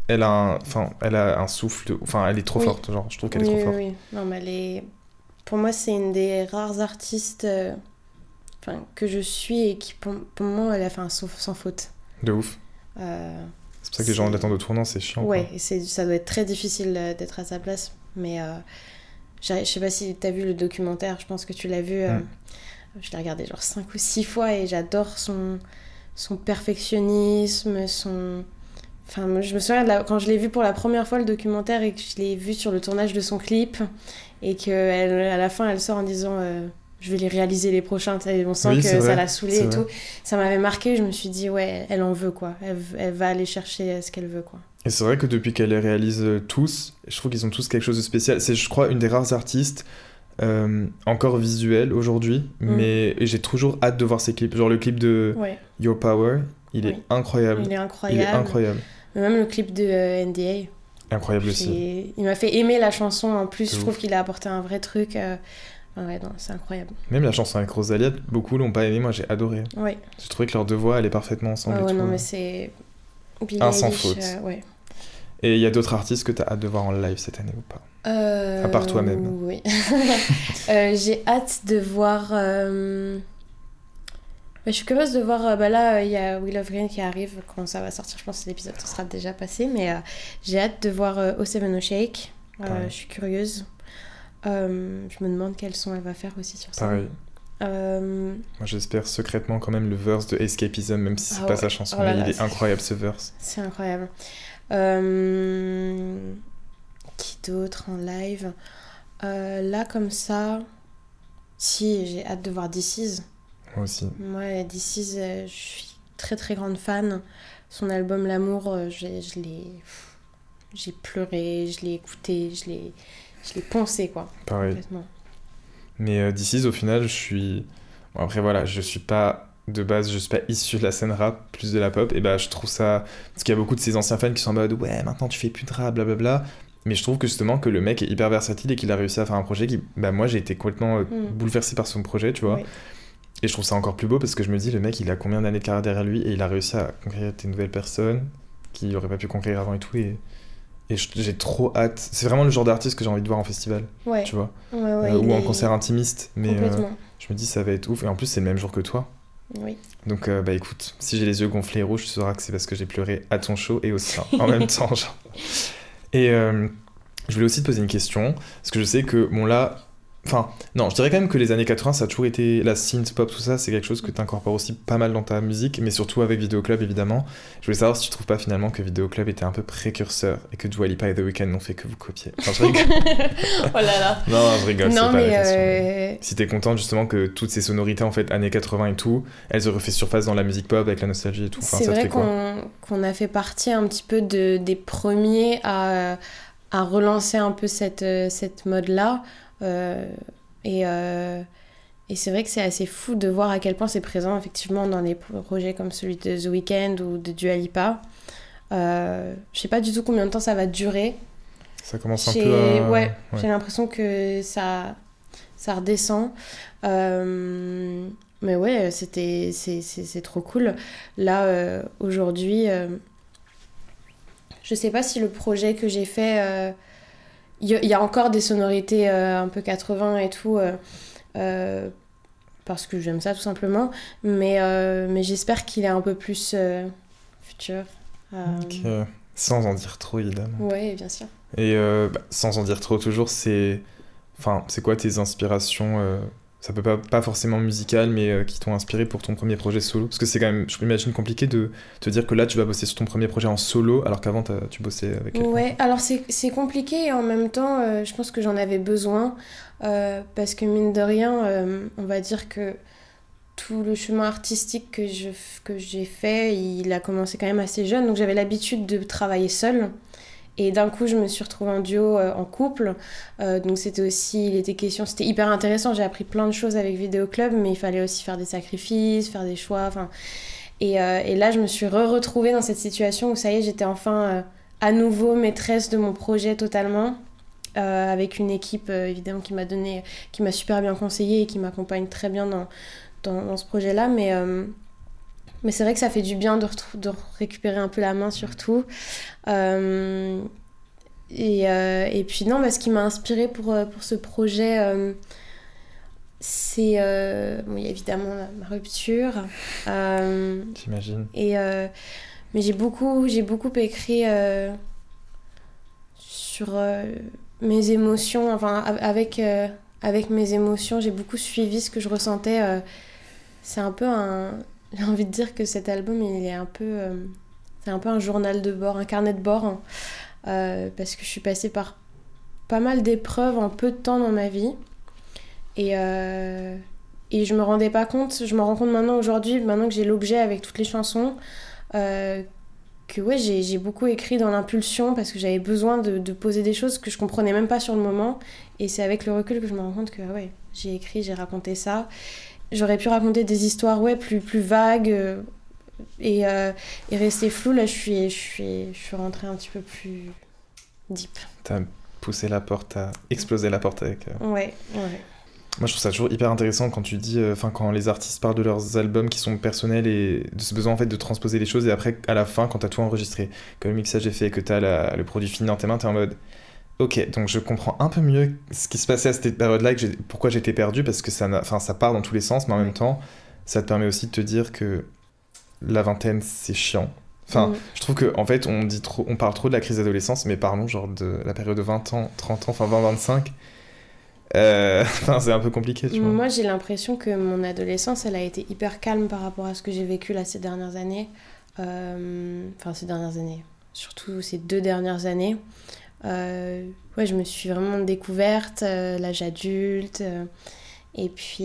elle a un souffle, enfin elle est trop forte, genre je trouve qu'elle est trop forte. Oui. Non, mais pour moi c'est une des rares artistes que je suis et qui pour moi elle a fait un saut sans faute. De ouf. C'est pour ça que les gens l'attendent au tournant, c'est chiant. Ouais, et ça doit être très difficile d'être à sa place, mais je sais pas si t'as vu le documentaire, je pense que tu l'as vu. Je l'ai regardé genre 5 ou 6 fois et j'adore son perfectionnisme, Enfin, moi, je me souviens quand je l'ai vu pour la première fois le documentaire et que je l'ai vu sur le tournage de son clip et qu'à la fin elle sort en disant je vais les réaliser les prochains, on sent que ça l'a saoulée et tout. Ça m'avait marqué, je me suis dit ouais, elle en veut quoi, elle va aller chercher ce qu'elle veut quoi. Et c'est vrai que depuis qu'elle les réalise tous, je trouve qu'ils ont tous quelque chose de spécial. C'est, je crois, une des rares artistes encore visuelle aujourd'hui, mais j'ai toujours hâte de voir ses clips. Genre le clip de Your Power, il est incroyable. Il est incroyable. Mais même le clip de NDA. Incroyable aussi. Il m'a fait aimer la chanson en plus, je trouve qu'il a apporté un vrai truc. Ouais, non, c'est incroyable. Même la chanson avec Rosalia, beaucoup l'ont pas aimé, moi j'ai adoré. Ouais. J'ai trouvé que leurs deux voix allaient parfaitement ensemble. Ouais, non, mais c'est. Un sans faute. Ouais. Et il y a d'autres artistes que t'as hâte de voir en live cette année ou pas à part toi-même. Oui. J'ai hâte de voir. Je suis curieuse de voir. Là, il y a Will of Green qui arrive. Quand ça va sortir, je pense que l'épisode sera déjà passé. Mais j'ai hâte de voir O7 Shake. Je suis curieuse. Je me demande quel son elle va faire aussi sur ça. Pareil. Moi j'espère secrètement quand même le verse de Escapism, même si c'est pas sa chanson, mais il est incroyable ce verse. C'est incroyable. Qui d'autre en live là comme ça, si j'ai hâte de voir This Is. Moi aussi. Moi This Is, je suis très très grande fan. Son album L'amour, j'ai pleuré, je l'ai écouté, je l'ai poncé quoi. Pareil. Complètement. Mais This Is, au final, bon, après voilà, je suis pas de base, je suis pas issu de la scène rap, plus de la pop, et bah je trouve ça, parce qu'il y a beaucoup de ces anciens fans qui sont en mode ouais maintenant tu fais plus de rap, blablabla, mais je trouve que justement que le mec est hyper versatile et qu'il a réussi à faire un projet qui, bah moi j'ai été complètement bouleversé par son projet, tu vois, et je trouve ça encore plus beau parce que je me dis le mec il a combien d'années de carrière derrière lui et il a réussi à conquérir des nouvelles personnes qui auraient pas pu conquérir avant et tout, et j'ai trop hâte, c'est vraiment le genre d'artiste que j'ai envie de voir en festival, tu vois, ou en concert intimiste, mais je me dis ça va être ouf, et en plus c'est le même jour que toi. Oui. Donc bah écoute, si j'ai les yeux gonflés et rouges, tu sauras que c'est parce que j'ai pleuré à ton show et au sien en même temps, genre. Et je voulais aussi te poser une question, parce que je sais que bon là, enfin non, je dirais quand même que les années 80 ça a toujours été la synth pop, tout ça, c'est quelque chose que t'incorpores aussi pas mal dans ta musique, mais surtout avec Video Club évidemment. Je voulais savoir si tu trouves pas finalement que Video Club était un peu précurseur et que Dua Lipa et The Weeknd n'ont fait que vous copier. Enfin, je rigole. Oh là là. Non, je rigole, non, c'est pas mais la question. Si t'es contente justement que toutes ces sonorités en fait années 80 et tout, elles auraient fait surface dans la musique pop avec la nostalgie et tout. Enfin, c'est ça vrai te fait quoi qu'on a fait partie un petit peu des premiers à relancer un peu cette mode-là. Et c'est vrai que c'est assez fou de voir à quel point c'est présent effectivement dans des projets comme celui de The Weeknd ou de Dua Lipa. Je sais pas du tout combien de temps ça va durer. Ça commence un peu à... Ouais, j'ai l'impression que ça redescend. Mais ouais, c'est trop cool. Là, aujourd'hui, je sais pas si le projet que j'ai fait... Il y a encore des sonorités un peu 80 et tout, parce que j'aime ça tout simplement, mais j'espère qu'il est un peu plus futur. Sans en dire trop évidemment. Oui, bien sûr. Et sans en dire trop toujours, c'est quoi tes inspirations ça peut pas forcément musicales, mais qui t'ont inspiré pour ton premier projet solo? Parce que c'est quand même, je m'imagine, compliqué de te dire que là, tu vas bosser sur ton premier projet en solo, alors qu'avant, tu bossais avec quelqu'un. Ouais, alors c'est compliqué, et en même temps, je pense que j'en avais besoin, parce que mine de rien, on va dire que tout le chemin artistique que j'ai fait, il a commencé quand même assez jeune, donc j'avais l'habitude de travailler seule. Et d'un coup, je me suis retrouvée en duo, en couple. Donc c'était hyper intéressant. J'ai appris plein de choses avec Video Club, mais il fallait aussi faire des sacrifices, faire des choix. Et là, je me suis retrouvée dans cette situation où ça y est, j'étais enfin à nouveau maîtresse de mon projet totalement. Avec une équipe, évidemment, qui m'a super bien conseillée et qui m'accompagne très bien dans ce projet-là. Mais c'est vrai que ça fait du bien de récupérer un peu la main surtout. Et puis non, ce qui m'a inspirée pour ce projet, c'est bon, il y a évidemment ma rupture. J'imagine. Mais j'ai beaucoup écrit sur mes émotions, enfin avec mes émotions, j'ai beaucoup suivi ce que je ressentais. C'est un peu j'ai envie de dire que cet album, il est un peu... c'est un peu un journal de bord, un carnet de bord, hein, parce que je suis passée par pas mal d'épreuves en peu de temps dans ma vie. Et je me rendais pas compte, je me rends compte maintenant aujourd'hui, maintenant que j'ai l'objet avec toutes les chansons, que ouais, j'ai beaucoup écrit dans l'impulsion parce que j'avais besoin de poser des choses que je comprenais même pas sur le moment. Et c'est avec le recul que je me rends compte que ouais, j'ai écrit, j'ai raconté ça. J'aurais pu raconter des histoires plus vagues et rester floue. Là, je suis rentrée un petit peu plus deep. T'as poussé la porte, t'as explosé la porte avec... Ouais. Moi, je trouve ça toujours hyper intéressant quand tu dis, quand les artistes parlent de leurs albums qui sont personnels et de ce besoin en fait de transposer les choses. Et après, à la fin, quand t'as tout enregistré, que le mixage est fait, que t'as le produit fini dans tes mains, t'es en mode, ok, donc je comprends un peu mieux ce qui se passait à cette période-là, pourquoi j'étais perdu, parce que ça part dans tous les sens, mais en même temps, ça te permet aussi de te dire que la vingtaine, c'est chiant. Enfin, je trouve que en fait, on parle trop de la crise d'adolescence, mais parlons genre de la période de 20 ans, 30 ans, enfin 20-25. C'est un peu compliqué, tu vois. Moi, j'ai l'impression que mon adolescence, elle a été hyper calme par rapport à ce que j'ai vécu là ces dernières années. Ces dernières années. Surtout ces 2 dernières années. Ouais, je me suis vraiment découverte, l'âge adulte. Et puis,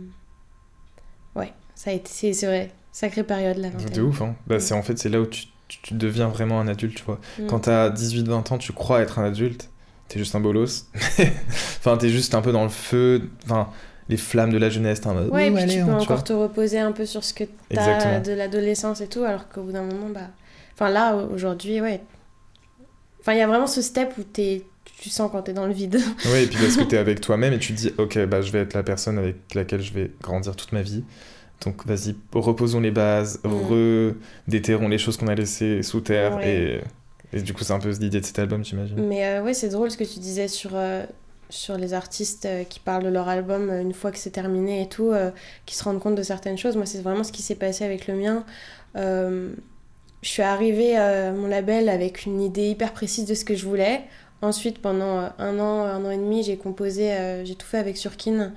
ouais, ça a été, c'est vrai, sacrée période la vingtaine. De ouf, hein. C'est là où tu deviens vraiment un adulte, tu vois. Quand t'as 18-20 ans, tu crois être un adulte. T'es juste un bolos. Enfin, t'es juste un peu dans le feu. Enfin, les flammes de la jeunesse. T'es en mode... Ouais, et puis tu peux encore te reposer un peu sur ce que t'as de l'adolescence et tout, alors qu'au bout d'un moment, Enfin, là, aujourd'hui, ouais. Enfin, il y a vraiment ce step où tu sens quand t'es dans le vide. Ouais, et puis parce que t'es avec toi-même et tu te dis, ok, je vais être la personne avec laquelle je vais grandir toute ma vie. Donc, vas-y, reposons les bases, déterrons les choses qu'on a laissées sous terre Et du coup, c'est un peu l'idée de cet album, j'imagine. Mais ouais, c'est drôle ce que tu disais sur les artistes qui parlent de leur album une fois que c'est terminé et tout, qui se rendent compte de certaines choses. Moi, c'est vraiment ce qui s'est passé avec le mien. Je suis arrivée à mon label avec une idée hyper précise de ce que je voulais. Ensuite, pendant un an et demi, j'ai composé, j'ai tout fait avec Surkin.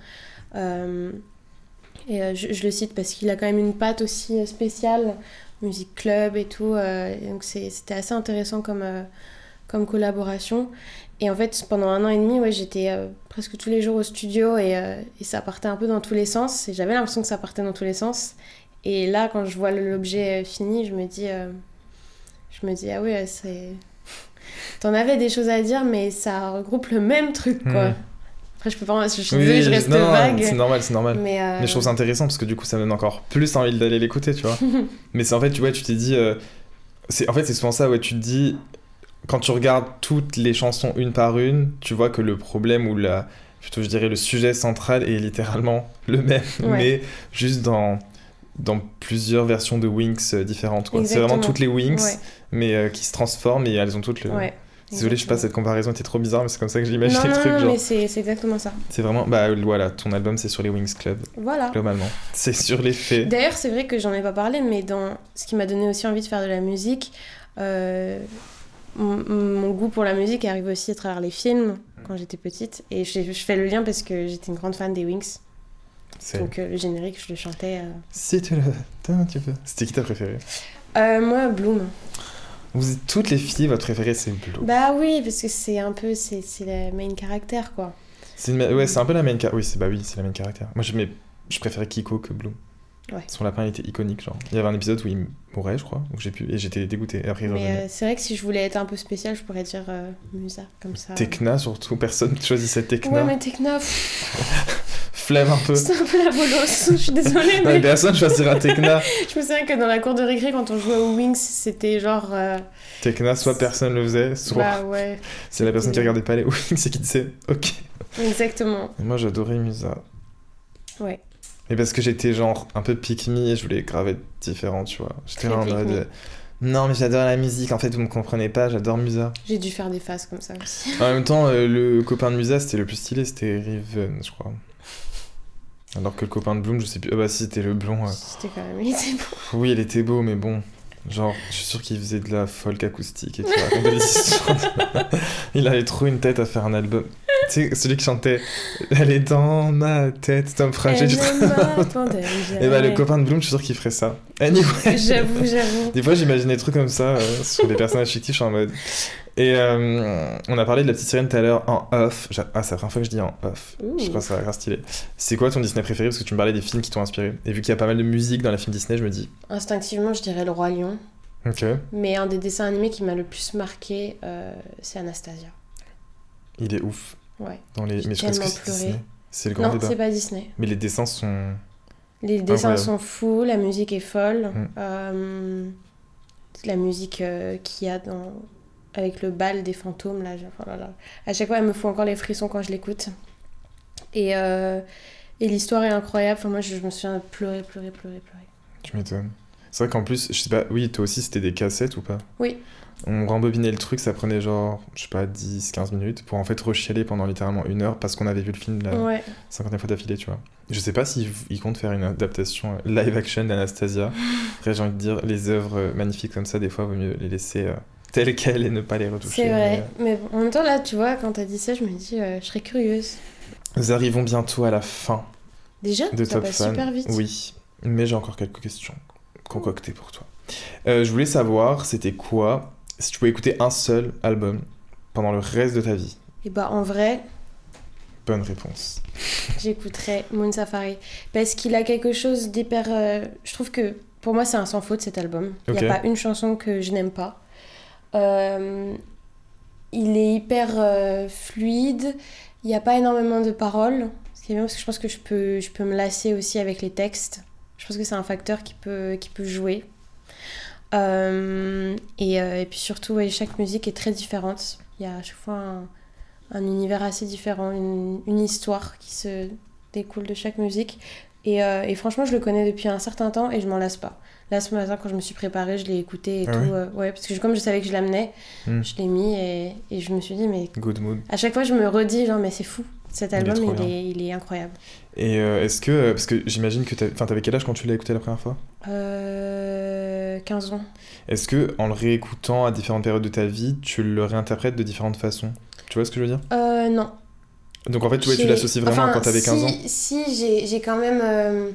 Et je le cite parce qu'il a quand même une patte aussi spéciale. Musique club et tout, et donc c'était assez intéressant comme collaboration. Et en fait, pendant 1 an et demi, ouais, j'étais presque tous les jours au studio et ça partait un peu dans tous les sens. Et j'avais l'impression que ça partait dans tous les sens. Et là, quand je vois l'objet fini, je me dis ah ouais, t'en avais des choses à dire, mais ça regroupe le même truc, quoi. Après, je peux pas... Je suis désolée, je reste vague. C'est normal. Mais je trouve ça intéressant parce que du coup, ça me donne encore plus envie d'aller l'écouter, tu vois. Mais c'est en fait, tu t'es dit... c'est souvent ça, ouais, tu te dis... Quand tu regardes toutes les chansons une par une, tu vois que le problème ou plutôt, je dirais, le sujet central est littéralement le même, mais juste dans plusieurs versions de Wings différentes, quoi. C'est vraiment toutes les Wings, mais qui se transforment et elles ont toutes le... Ouais. Désolée, je sais pas, cette comparaison était trop bizarre, mais c'est comme ça que j'imagine le truc. Non, mais c'est exactement ça. C'est vraiment... voilà, ton album, c'est sur les Wings Club. Voilà. Globalement. C'est sur les faits. D'ailleurs, c'est vrai que j'en ai pas parlé, mais dans ce qui m'a donné aussi envie de faire de la musique, mon goût pour la musique est arrivé aussi à travers les films, quand j'étais petite. Et je fais le lien parce que j'étais une grande fan des Wings. Donc le générique, je le chantais... Si tu peux. C'était qui ta préférée ? Moi, Bloom. Vous êtes toutes les filles, votre préférée c'est Bloom. Bah oui, parce que c'est un peu c'est la main caractère, quoi. C'est un peu la main caractère. Oui, c'est la main caractère. Moi je préférais Kiko que Bloom. Ouais. Son lapin il était iconique, genre. Il y avait un épisode où il mourait, je crois, et j'étais dégoûté. Et après, mais c'est vrai que si je voulais être un peu spéciale, je pourrais dire Musa, comme ça. Tekna surtout, personne choisissait Tekna. Ouais, mais Tekna... Flemme un peu. C'est un peu la bolosse, je suis désolée. Mais personne choisira Tekna. Je me souviens que dans la cour de récré, quand on jouait aux Wings, c'était genre... Tekna, soit personne le faisait, soit ouais, c'est la personne qui regardait pas les Wings et qui disait ok. Exactement. Et moi j'adorais Musa. Ouais. Mais parce que j'étais genre un peu pick me et je voulais grave être différent, tu vois. J'étais Très là en pick mode... me. Non, mais j'adore la musique, en fait, vous me comprenez pas, j'adore Musa. J'ai dû faire des phases comme ça aussi. En même temps, le copain de Musa, c'était le plus stylé, c'était Riven, je crois. Alors que le copain de Bloom, je sais plus... Ah bah si, c'était le blond. C'était quand même... Il était beau. Oui, il était beau, mais bon... Genre, je suis sûr qu'il faisait de la folk acoustique et qu'il racontait des histoires. Il avait trop une tête à faire un album. Tu sais, celui qui chantait « Elle est dans ma tête », Tom Frager. Elle ne m'attendait jamais. Et bah, le copain de Bloom, je suis sûr qu'il ferait ça. Anyway. J'avoue. Des fois, j'imagine des trucs comme ça sur des personnages fictifs, je suis en mode... Et on a parlé de La Petite Sirène tout à l'heure en off. Ah, c'est la première fois que je dis en off. Ouh. Je crois que ça va grave stylé. C'est quoi ton Disney préféré? Parce que tu me parlais des films qui t'ont inspiré. Et vu qu'il y a pas mal de musique dans les films Disney, je me dis... Instinctivement, je dirais Le Roi Lion. Ok. Mais un des dessins animés qui m'a le plus marqué, c'est Anastasia. Il est ouf. Ouais. Mais je pense que tellement c'est pleuré. Disney. C'est le grand Non, débat. c'est pas Disney. Mais les dessins sont... Les dessins Incroyable. sont fous, la musique est folle. La musique qu'il y a avec le bal des fantômes, là, oh là là. À chaque fois, elle me fout encore les frissons quand je l'écoute. Et l'histoire est incroyable. Enfin, moi, je me souviens de pleurer. Tu m'étonnes. C'est vrai qu'en plus, je sais pas... Oui, toi aussi, c'était des cassettes ou pas? Oui. On rembobinait le truc, ça prenait genre, je sais pas, 10-15 minutes pour en fait rechialer pendant littéralement 1 heure parce qu'on avait vu le film la Ouais. 50e fois d'affilée, tu vois. Je sais pas s'ils comptent faire une adaptation live action d'Anastasia. Après, j'ai envie de dire, les œuvres magnifiques comme ça, des fois, vaut mieux les laisser telles quelles et ne pas les retoucher. C'est vrai. Mais bon, en même temps, là, tu vois, quand t'as dit ça, je me dis, je serais curieuse. Nous arrivons bientôt à la fin Déjà, de ça Top passe Fan. super vite. Oui, mais j'ai encore quelques questions concoctées pour toi. Je voulais savoir, c'était quoi, si tu pouvais écouter un seul album pendant le reste de ta vie? Et bah, en vrai, Bonne réponse. j'écouterais Moon Safari. Parce qu'il a quelque chose d'hyper... Je trouve que, pour moi, c'est un sans faute, cet album. Il Ok. n'y a pas une chanson que je n'aime pas. Il est hyper fluide. Il n'y a pas énormément de paroles. Ce qui est bien, parce que je pense que je peux me lasser aussi avec les textes. Je pense que c'est un facteur qui peut jouer. Et puis surtout, ouais, chaque musique est très différente. Il y a à chaque fois un univers assez différent, une histoire qui se découle de chaque musique. Et franchement, je le connais depuis un certain temps et je m'en lasse pas. Là, ce matin, quand je me suis préparée, je l'ai écouté et Ah tout. ouais Ouais, parce que comme je savais que je l'amenais, je l'ai mis et je me suis dit, mais Good mood. à chaque fois, je me redis, genre, mais c'est fou. Cet Il est album, trop bien. il est incroyable. Et est-ce que... parce que j'imagine que t'avais quel âge quand tu l'as écouté la première fois? 15 ans. Est-ce que en le réécoutant à différentes périodes de ta vie, tu le réinterprètes de différentes façons? Tu vois ce que je veux dire? Non. Donc en fait, tu l'associes vraiment quand t'avais 15 ans? Si, j'ai quand même...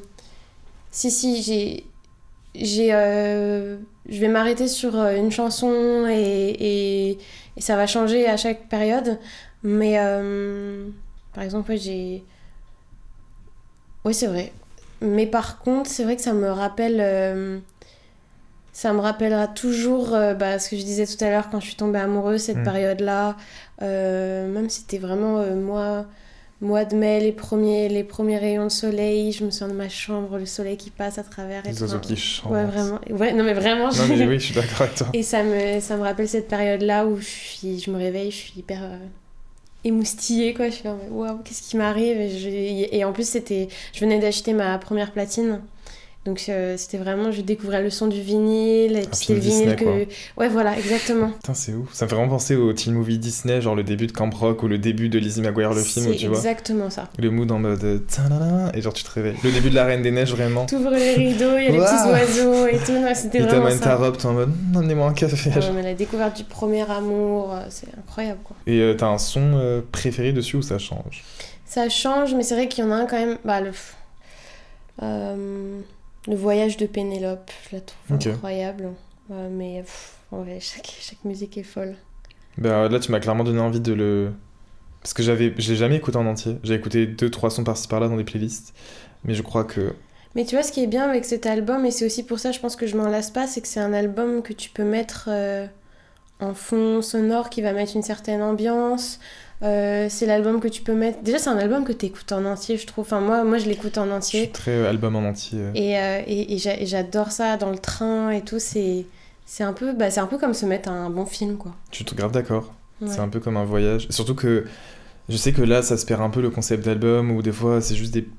je vais m'arrêter sur une chanson et ça va changer à chaque période. Mais par exemple, ouais, Oui, c'est vrai. Mais par contre, c'est vrai que ça me rappelle... Ça me rappellera toujours ce que je disais tout à l'heure quand je suis tombée amoureuse, cette période-là. Même si c'était vraiment mois de mai, les premiers rayons de soleil, je me souviens de ma chambre, le soleil qui passe à travers. Les oiseaux qui chantent. Ouais, vraiment. Ouais, non, mais vraiment. Non, mais oui, je suis d'accord avec toi. Et ça me rappelle cette période-là où je me réveille, je suis hyper émoustillée, quoi. Je suis en mode, waouh, qu'est-ce qui m'arrive? Et en plus, je venais d'acheter ma première platine. Donc c'était vraiment, je découvrais le son du vinyle, et puis c'était le vinyle Disney, que... Ouais, voilà, exactement. Putain, c'est ouf. Ça me fait vraiment penser au teen movie Disney, genre le début de Camp Rock ou le début de Lizzie McGuire le film, où tu vois. C'est exactement ça. Le mood en mode ta-da-da, et genre tu te réveilles. Le début de La Reine des Neiges, vraiment. T'ouvres les rideaux, il y a les petits oiseaux et tout. Non, c'était Il vraiment t'amène ta ça. robe, t'es en mode amenez-moi un café. Ah ouais, mais la découverte du premier amour, c'est incroyable, quoi. Et t'as un son préféré dessus ou ça change? Ça change, mais c'est vrai qu'il y en a un quand même... le voyage de Pénélope, je la trouve incroyable. Mais ouais, chaque musique est folle. Bah là, tu m'as clairement donné envie de le... Parce que je l'ai jamais écouté en entier. J'ai écouté 2-3 sons par-ci par-là dans des playlists. Mais je crois que... Mais tu vois, ce qui est bien avec cet album, et c'est aussi pour ça, je pense que je m'en lasse pas, c'est que c'est un album que tu peux mettre en fond sonore qui va mettre une certaine ambiance. C'est l'album que tu peux mettre... Déjà, c'est un album que t'écoutes en entier, je trouve. Enfin, moi je l'écoute en Je entier. suis très album en entier. Et j'adore ça dans le train et tout. C'est un peu comme se mettre un bon film, quoi. Je suis grave d'accord. Ouais. C'est un peu comme un voyage. Surtout que je sais que là, ça se perd un peu le concept d'album, où des fois, c'est juste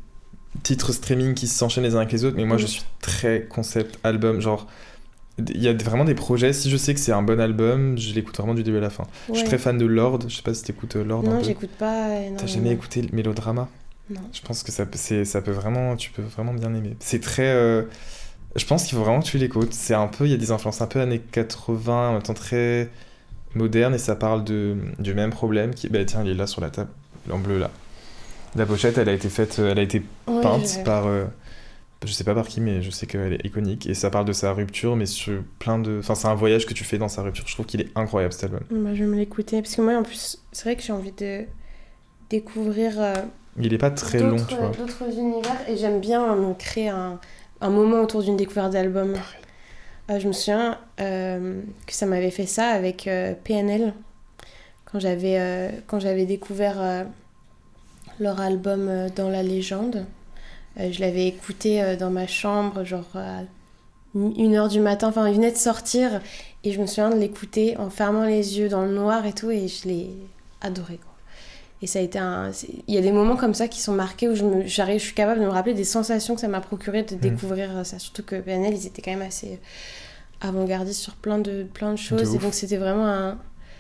titres streaming qui s'enchaînent les uns avec les autres, mais moi je suis très concept album, genre il y a vraiment des projets, si je sais que c'est un bon album, je l'écoute vraiment du début à la fin. Je suis très fan de Lord, je sais pas si t'écoutes Lord un peu. Non, j'écoute pas énormément. T'as jamais écouté le Mélodrama ? Non. Je pense que ça peut vraiment, tu peux vraiment bien aimer. C'est très... je pense qu'il faut vraiment que tu l'écoutes. C'est un peu, il y a des influences un peu années 80, en même temps très moderne, et ça parle du même problème qui... Bah tiens, il est là sur la table, en bleu là. La pochette, elle a été peinte par... je sais pas par qui, mais je sais qu'elle est iconique, et ça parle de sa rupture, mais sur plein de... Enfin, c'est un voyage que tu fais dans sa rupture. Je trouve qu'il est incroyable, cet album. Bah, je vais me l'écouter, parce que moi, en plus, c'est vrai que j'ai envie de découvrir... il est pas très long, tu vois. D'autres univers, et j'aime bien me créer un moment autour d'une découverte d'album. Je me souviens que ça m'avait fait ça avec PNL, quand j'avais découvert leur album Dans la légende. Je l'avais écouté dans ma chambre, genre à 1h du matin, enfin il venait de sortir, et je me souviens de l'écouter en fermant les yeux dans le noir et tout, et je l'ai adoré, quoi. Et ça a été il y a des moments comme ça qui sont marqués où je suis capable de me rappeler des sensations que ça m'a procuré de découvrir ça, surtout que PNL, ils étaient quand même assez avant-gardistes sur plein de choses, et donc c'était vraiment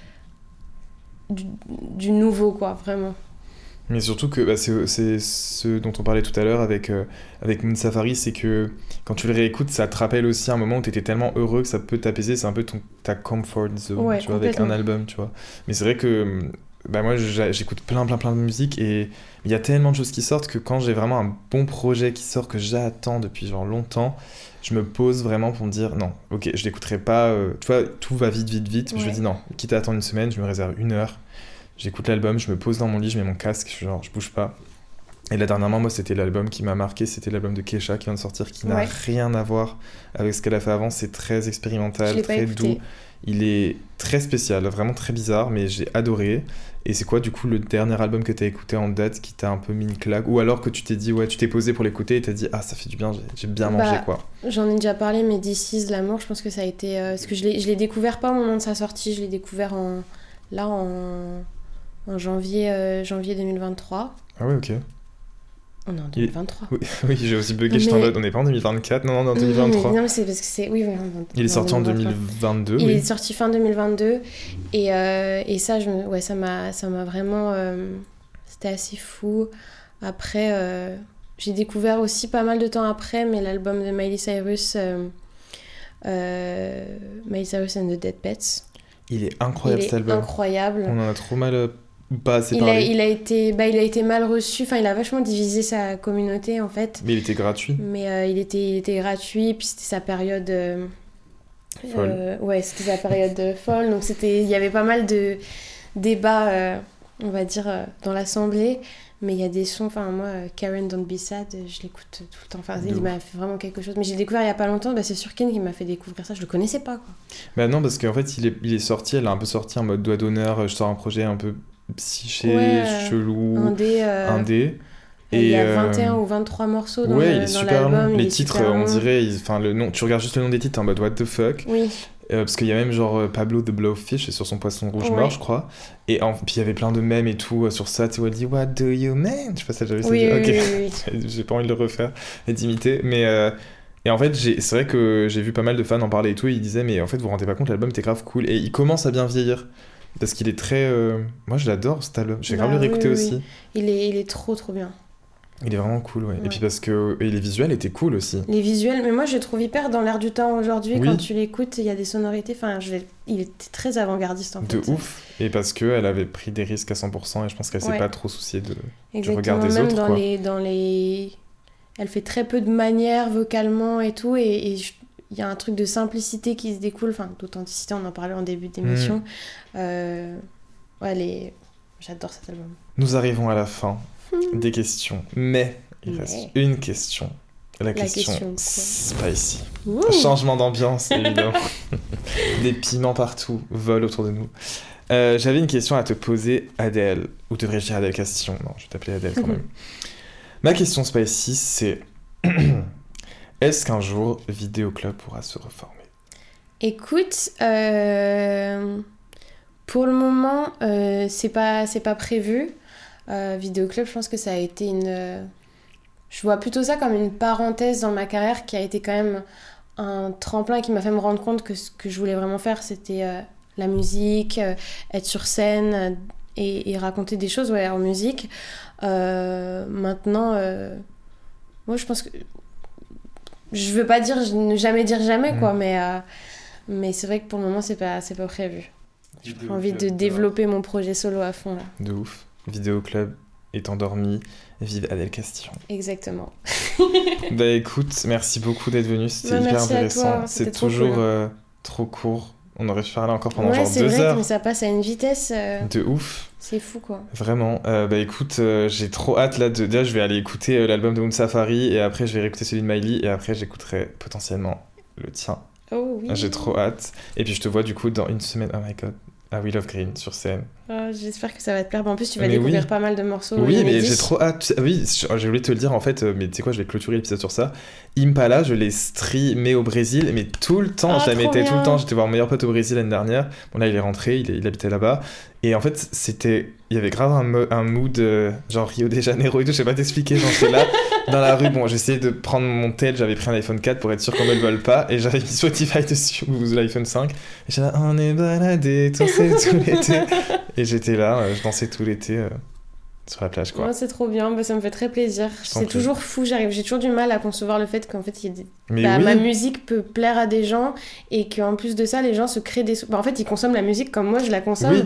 du nouveau, quoi, vraiment. Mais surtout que c'est ce dont on parlait tout à l'heure avec Moon Safari, c'est que quand tu le réécoutes, ça te rappelle aussi un moment où t'étais tellement heureux que ça peut t'apaiser, c'est un peu ta comfort zone, tu vois, avec un album, tu vois. Mais c'est vrai que moi j'écoute plein de musique, et il y a tellement de choses qui sortent que quand j'ai vraiment un bon projet qui sort que j'attends depuis genre longtemps, je me pose vraiment pour me dire non, ok, je l'écouterai pas, tu vois, tout va vite, mais je me dis non, quitte à attendre une semaine, je me réserve 1 heure. J'écoute l'album, je me pose dans mon lit, je mets mon casque, genre je bouge pas. Et là dernièrement, moi c'était l'album qui m'a marqué, c'était l'album de Kesha qui vient de sortir, qui n'a rien à voir avec ce qu'elle a fait avant. C'est très expérimental, très doux. Il est très spécial, vraiment très bizarre, mais j'ai adoré. Et c'est quoi du coup le dernier album que t'as écouté en date qui t'a un peu mis une claque, ou alors que tu t'es dit, tu t'es posé pour l'écouter et t'as dit, ah ça fait du bien, j'ai bien mangé, quoi. J'en ai déjà parlé, mais This Is l'amour, je pense que ça a été... parce que je l'ai découvert pas au moment de sa sortie, je l'ai découvert en janvier 2023. Ah ouais, ok. On est en 2023. Oui, j'ai aussi bugué, j'étais en mode, on n'est pas en 2024, non, en 2023. Non, mais c'est parce que c'est... Oui, il est sorti en 2022. Il est sorti fin 2022, et ça, ça m'a vraiment... C'était assez fou. Après, j'ai découvert aussi pas mal de temps après, mais l'album de Miley Cyrus and the Dead Pets. Il est incroyable, cet album. Incroyable. On en a trop mal... pas assez parlé. Il a été mal reçu, enfin il a vachement divisé sa communauté en fait. Mais il était gratuit. Mais il était gratuit, puis c'était sa période folle. C'était sa période folle, donc il y avait pas mal de débats, on va dire, dans l'assemblée. Mais il y a des sons, enfin moi, Karen Don't Be Sad, je l'écoute tout le temps, enfin il m'a fait vraiment quelque chose. Mais j'ai découvert il y a pas longtemps, c'est Surkin qui m'a fait découvrir ça, je le connaissais pas, quoi. Bah non, parce qu'en fait il est sorti, elle a un peu sorti en mode doigt d'honneur, je sors un projet un peu psyché, chelou, indé. Et il y a 21 ou 23 morceaux dans l'album. Il est super long. Les titres, on dirait, le nom, tu regardes juste le nom des titres, t'es en mode what the fuck. Oui. Parce qu'il y a même genre Pablo the Blowfish, c'est sur son poisson rouge mort, je crois. Et puis il y avait plein de mèmes et tout sur ça, tu vois, elle dit what do you mean? Je sais pas si t'as déjà vu ça. Oui. J'ai pas envie de le refaire et d'imiter, mais. Et en fait, c'est vrai que j'ai vu pas mal de fans en parler et tout, et ils disaient, mais en fait, vous vous rendez pas compte, l'album était grave cool. Et il commence à bien vieillir. Parce qu'il est très... Moi, je l'adore, cet album. J'ai grave le réécouter aussi. Il est trop bien. Il est vraiment cool, ouais. Et puis parce que... Et les visuels étaient cool aussi. Les visuels, mais moi, je les trouve hyper dans l'air du temps aujourd'hui. Oui. Quand tu l'écoutes, il y a des sonorités... Enfin, il était très avant-gardiste, en fait. De ouf. Et parce qu'elle avait pris des risques à 100%, et je pense qu'elle s'est pas trop souciée du regard des autres, quoi. Dans les... Elle fait très peu de manières vocalement et tout, et il y a un truc de simplicité qui se découle, enfin d'authenticité, on en parlait en début d'émission. J'adore cet album. Nous arrivons à la fin des questions, mais il reste une question. La question spicy. Changement d'ambiance, évidemment. Des piments partout volent autour de nous. J'avais une question à te poser, Adèle. Ou devrais-je dire Adèle Castillon? Non, je vais t'appeler Adèle quand même. Ma question spicy, c'est... Est-ce qu'un jour, Vidéo Club pourra se reformer? Écoute, pour le moment, c'est pas prévu. Vidéo Club, je pense que ça a été je vois plutôt ça comme une parenthèse dans ma carrière qui a été quand même un tremplin qui m'a fait me rendre compte que ce que je voulais vraiment faire, c'était la musique, être sur scène et raconter des choses en musique. Maintenant, moi je pense que je veux pas dire ne jamais dire jamais quoi, mais c'est vrai que pour le moment c'est pas prévu. J'ai envie de développer mon projet solo à fond là. De ouf. Vidéo club est endormi, vive Adèle Castillon. Exactement. Bah écoute, merci beaucoup d'être venue, c'était hyper intéressant. À toi, c'est toujours cool. trop court. On aurait pu parler encore pendant genre 2 heures. Ouais, c'est vrai, mais ça passe à une vitesse. De ouf. C'est fou, quoi. Vraiment. Bah écoute, j'ai trop hâte là de... Déjà, je vais aller écouter l'album de Moon Safari et après, je vais réécouter celui de Miley et après, j'écouterai potentiellement le tien. Oh oui. J'ai trop hâte. Et puis, je te vois du coup dans une semaine. Oh my god. À We Love Green sur scène. Oh, j'espère que ça va te plaire. En plus, tu vas découvrir pas mal de morceaux. Oui, mais j'ai trop hâte. Oui, j'ai voulu te le dire en fait, mais tu sais quoi, je vais clôturer l'épisode sur ça. Impala, je l'ai streamé au Brésil, mais tout le temps, je la mettais tout le temps. J'étais voir mon meilleur pote au Brésil l'année dernière. Bon, là, il est rentré, il habitait là-bas. Et en fait, il y avait grave un mood genre Rio de Janeiro et tout, je sais pas t'expliquer, genre j'étais là dans la rue, bon j'essayais de prendre mon tel, j'avais pris un iPhone 4 pour être sûr qu'on me le vole pas, et j'avais mis Spotify dessus, ou l'iPhone 5, et j'étais là, on est baladé tout l'été, et j'étais là, je dansais tout l'été sur la plage quoi. Ouais, c'est trop bien, ça me fait très plaisir. C'est toujours fou, j'ai toujours du mal à concevoir le fait qu'en fait ma musique peut plaire à des gens et qu'en plus de ça les gens se créent des... en fait ils consomment la musique comme moi je la consomme,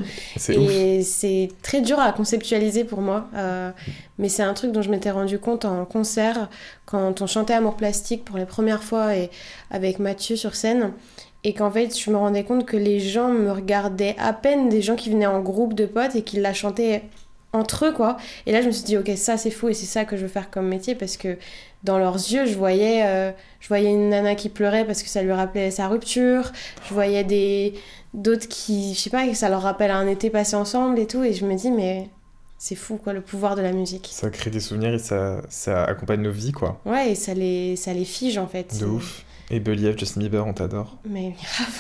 et c'est très dur à conceptualiser pour moi, mais c'est un truc dont je m'étais rendu compte en concert quand on chantait Amour Plastique pour les premières fois et avec Mathieu sur scène, et qu'en fait je me rendais compte que les gens me regardaient à peine, des gens qui venaient en groupe de potes et qui la chantaient entre eux quoi, et là je me suis dit ok, ça c'est fou et c'est ça que je veux faire comme métier, parce que dans leurs yeux je voyais une nana qui pleurait parce que ça lui rappelait sa rupture, je voyais d'autres qui, je sais pas, ça leur rappelle un été passé ensemble et tout, et je me dis mais c'est fou quoi, le pouvoir de la musique, ça crée des souvenirs et ça accompagne nos vies quoi. Ouais, et ça les fige en fait. De ouf. Et Believe, Justin Bieber, on t'adore. Mais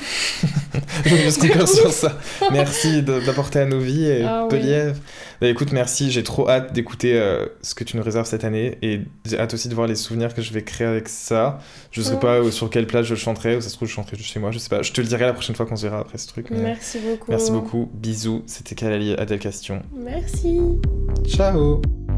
je veux juste conclure sur ça. Merci d'apporter à nos vies et Believe. Oui. Bah, écoute, merci. J'ai trop hâte d'écouter ce que tu nous réserves cette année, et j'ai hâte aussi de voir les souvenirs que je vais créer avec ça. Je sais pas sur quelle plage je le chanterai, ou ça se trouve je chanterai juste chez moi, je sais pas. Je te le dirai la prochaine fois qu'on se verra après ce truc. Merci beaucoup. Merci beaucoup. Bisous. C'était Kalali, Adèle Castillon. Merci. Ciao.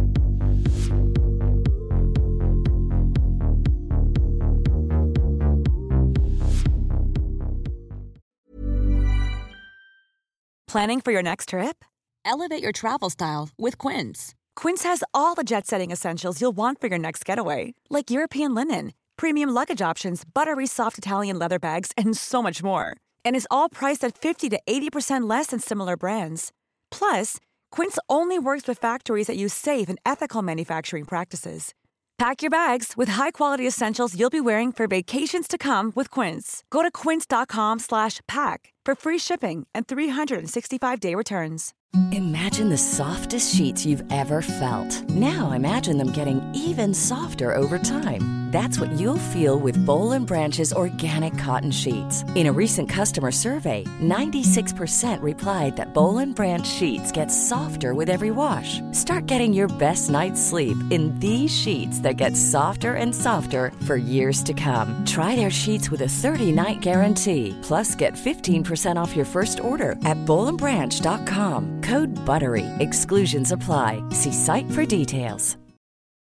Planning for your next trip? Elevate your travel style with Quince. Quince has all the jet-setting essentials you'll want for your next getaway, like European linen, premium luggage options, buttery soft Italian leather bags, and so much more. And is all priced at 50 to 80% less than similar brands. Plus, Quince only works with factories that use safe and ethical manufacturing practices. Pack your bags with high-quality essentials you'll be wearing for vacations to come with Quince. Go to quince.com/pack for free shipping and 365-day returns. Imagine the softest sheets you've ever felt. Now imagine them getting even softer over time. That's what you'll feel with Boll & Branch's organic cotton sheets. In a recent customer survey, 96% replied that Boll & Branch sheets get softer with every wash. Start getting your best night's sleep in these sheets that get softer and softer for years to come. Try their sheets with a 30-night guarantee. Plus, get 15% off your first order at bollandbranch.com. Code BUTTERY. Exclusions apply. See site for details.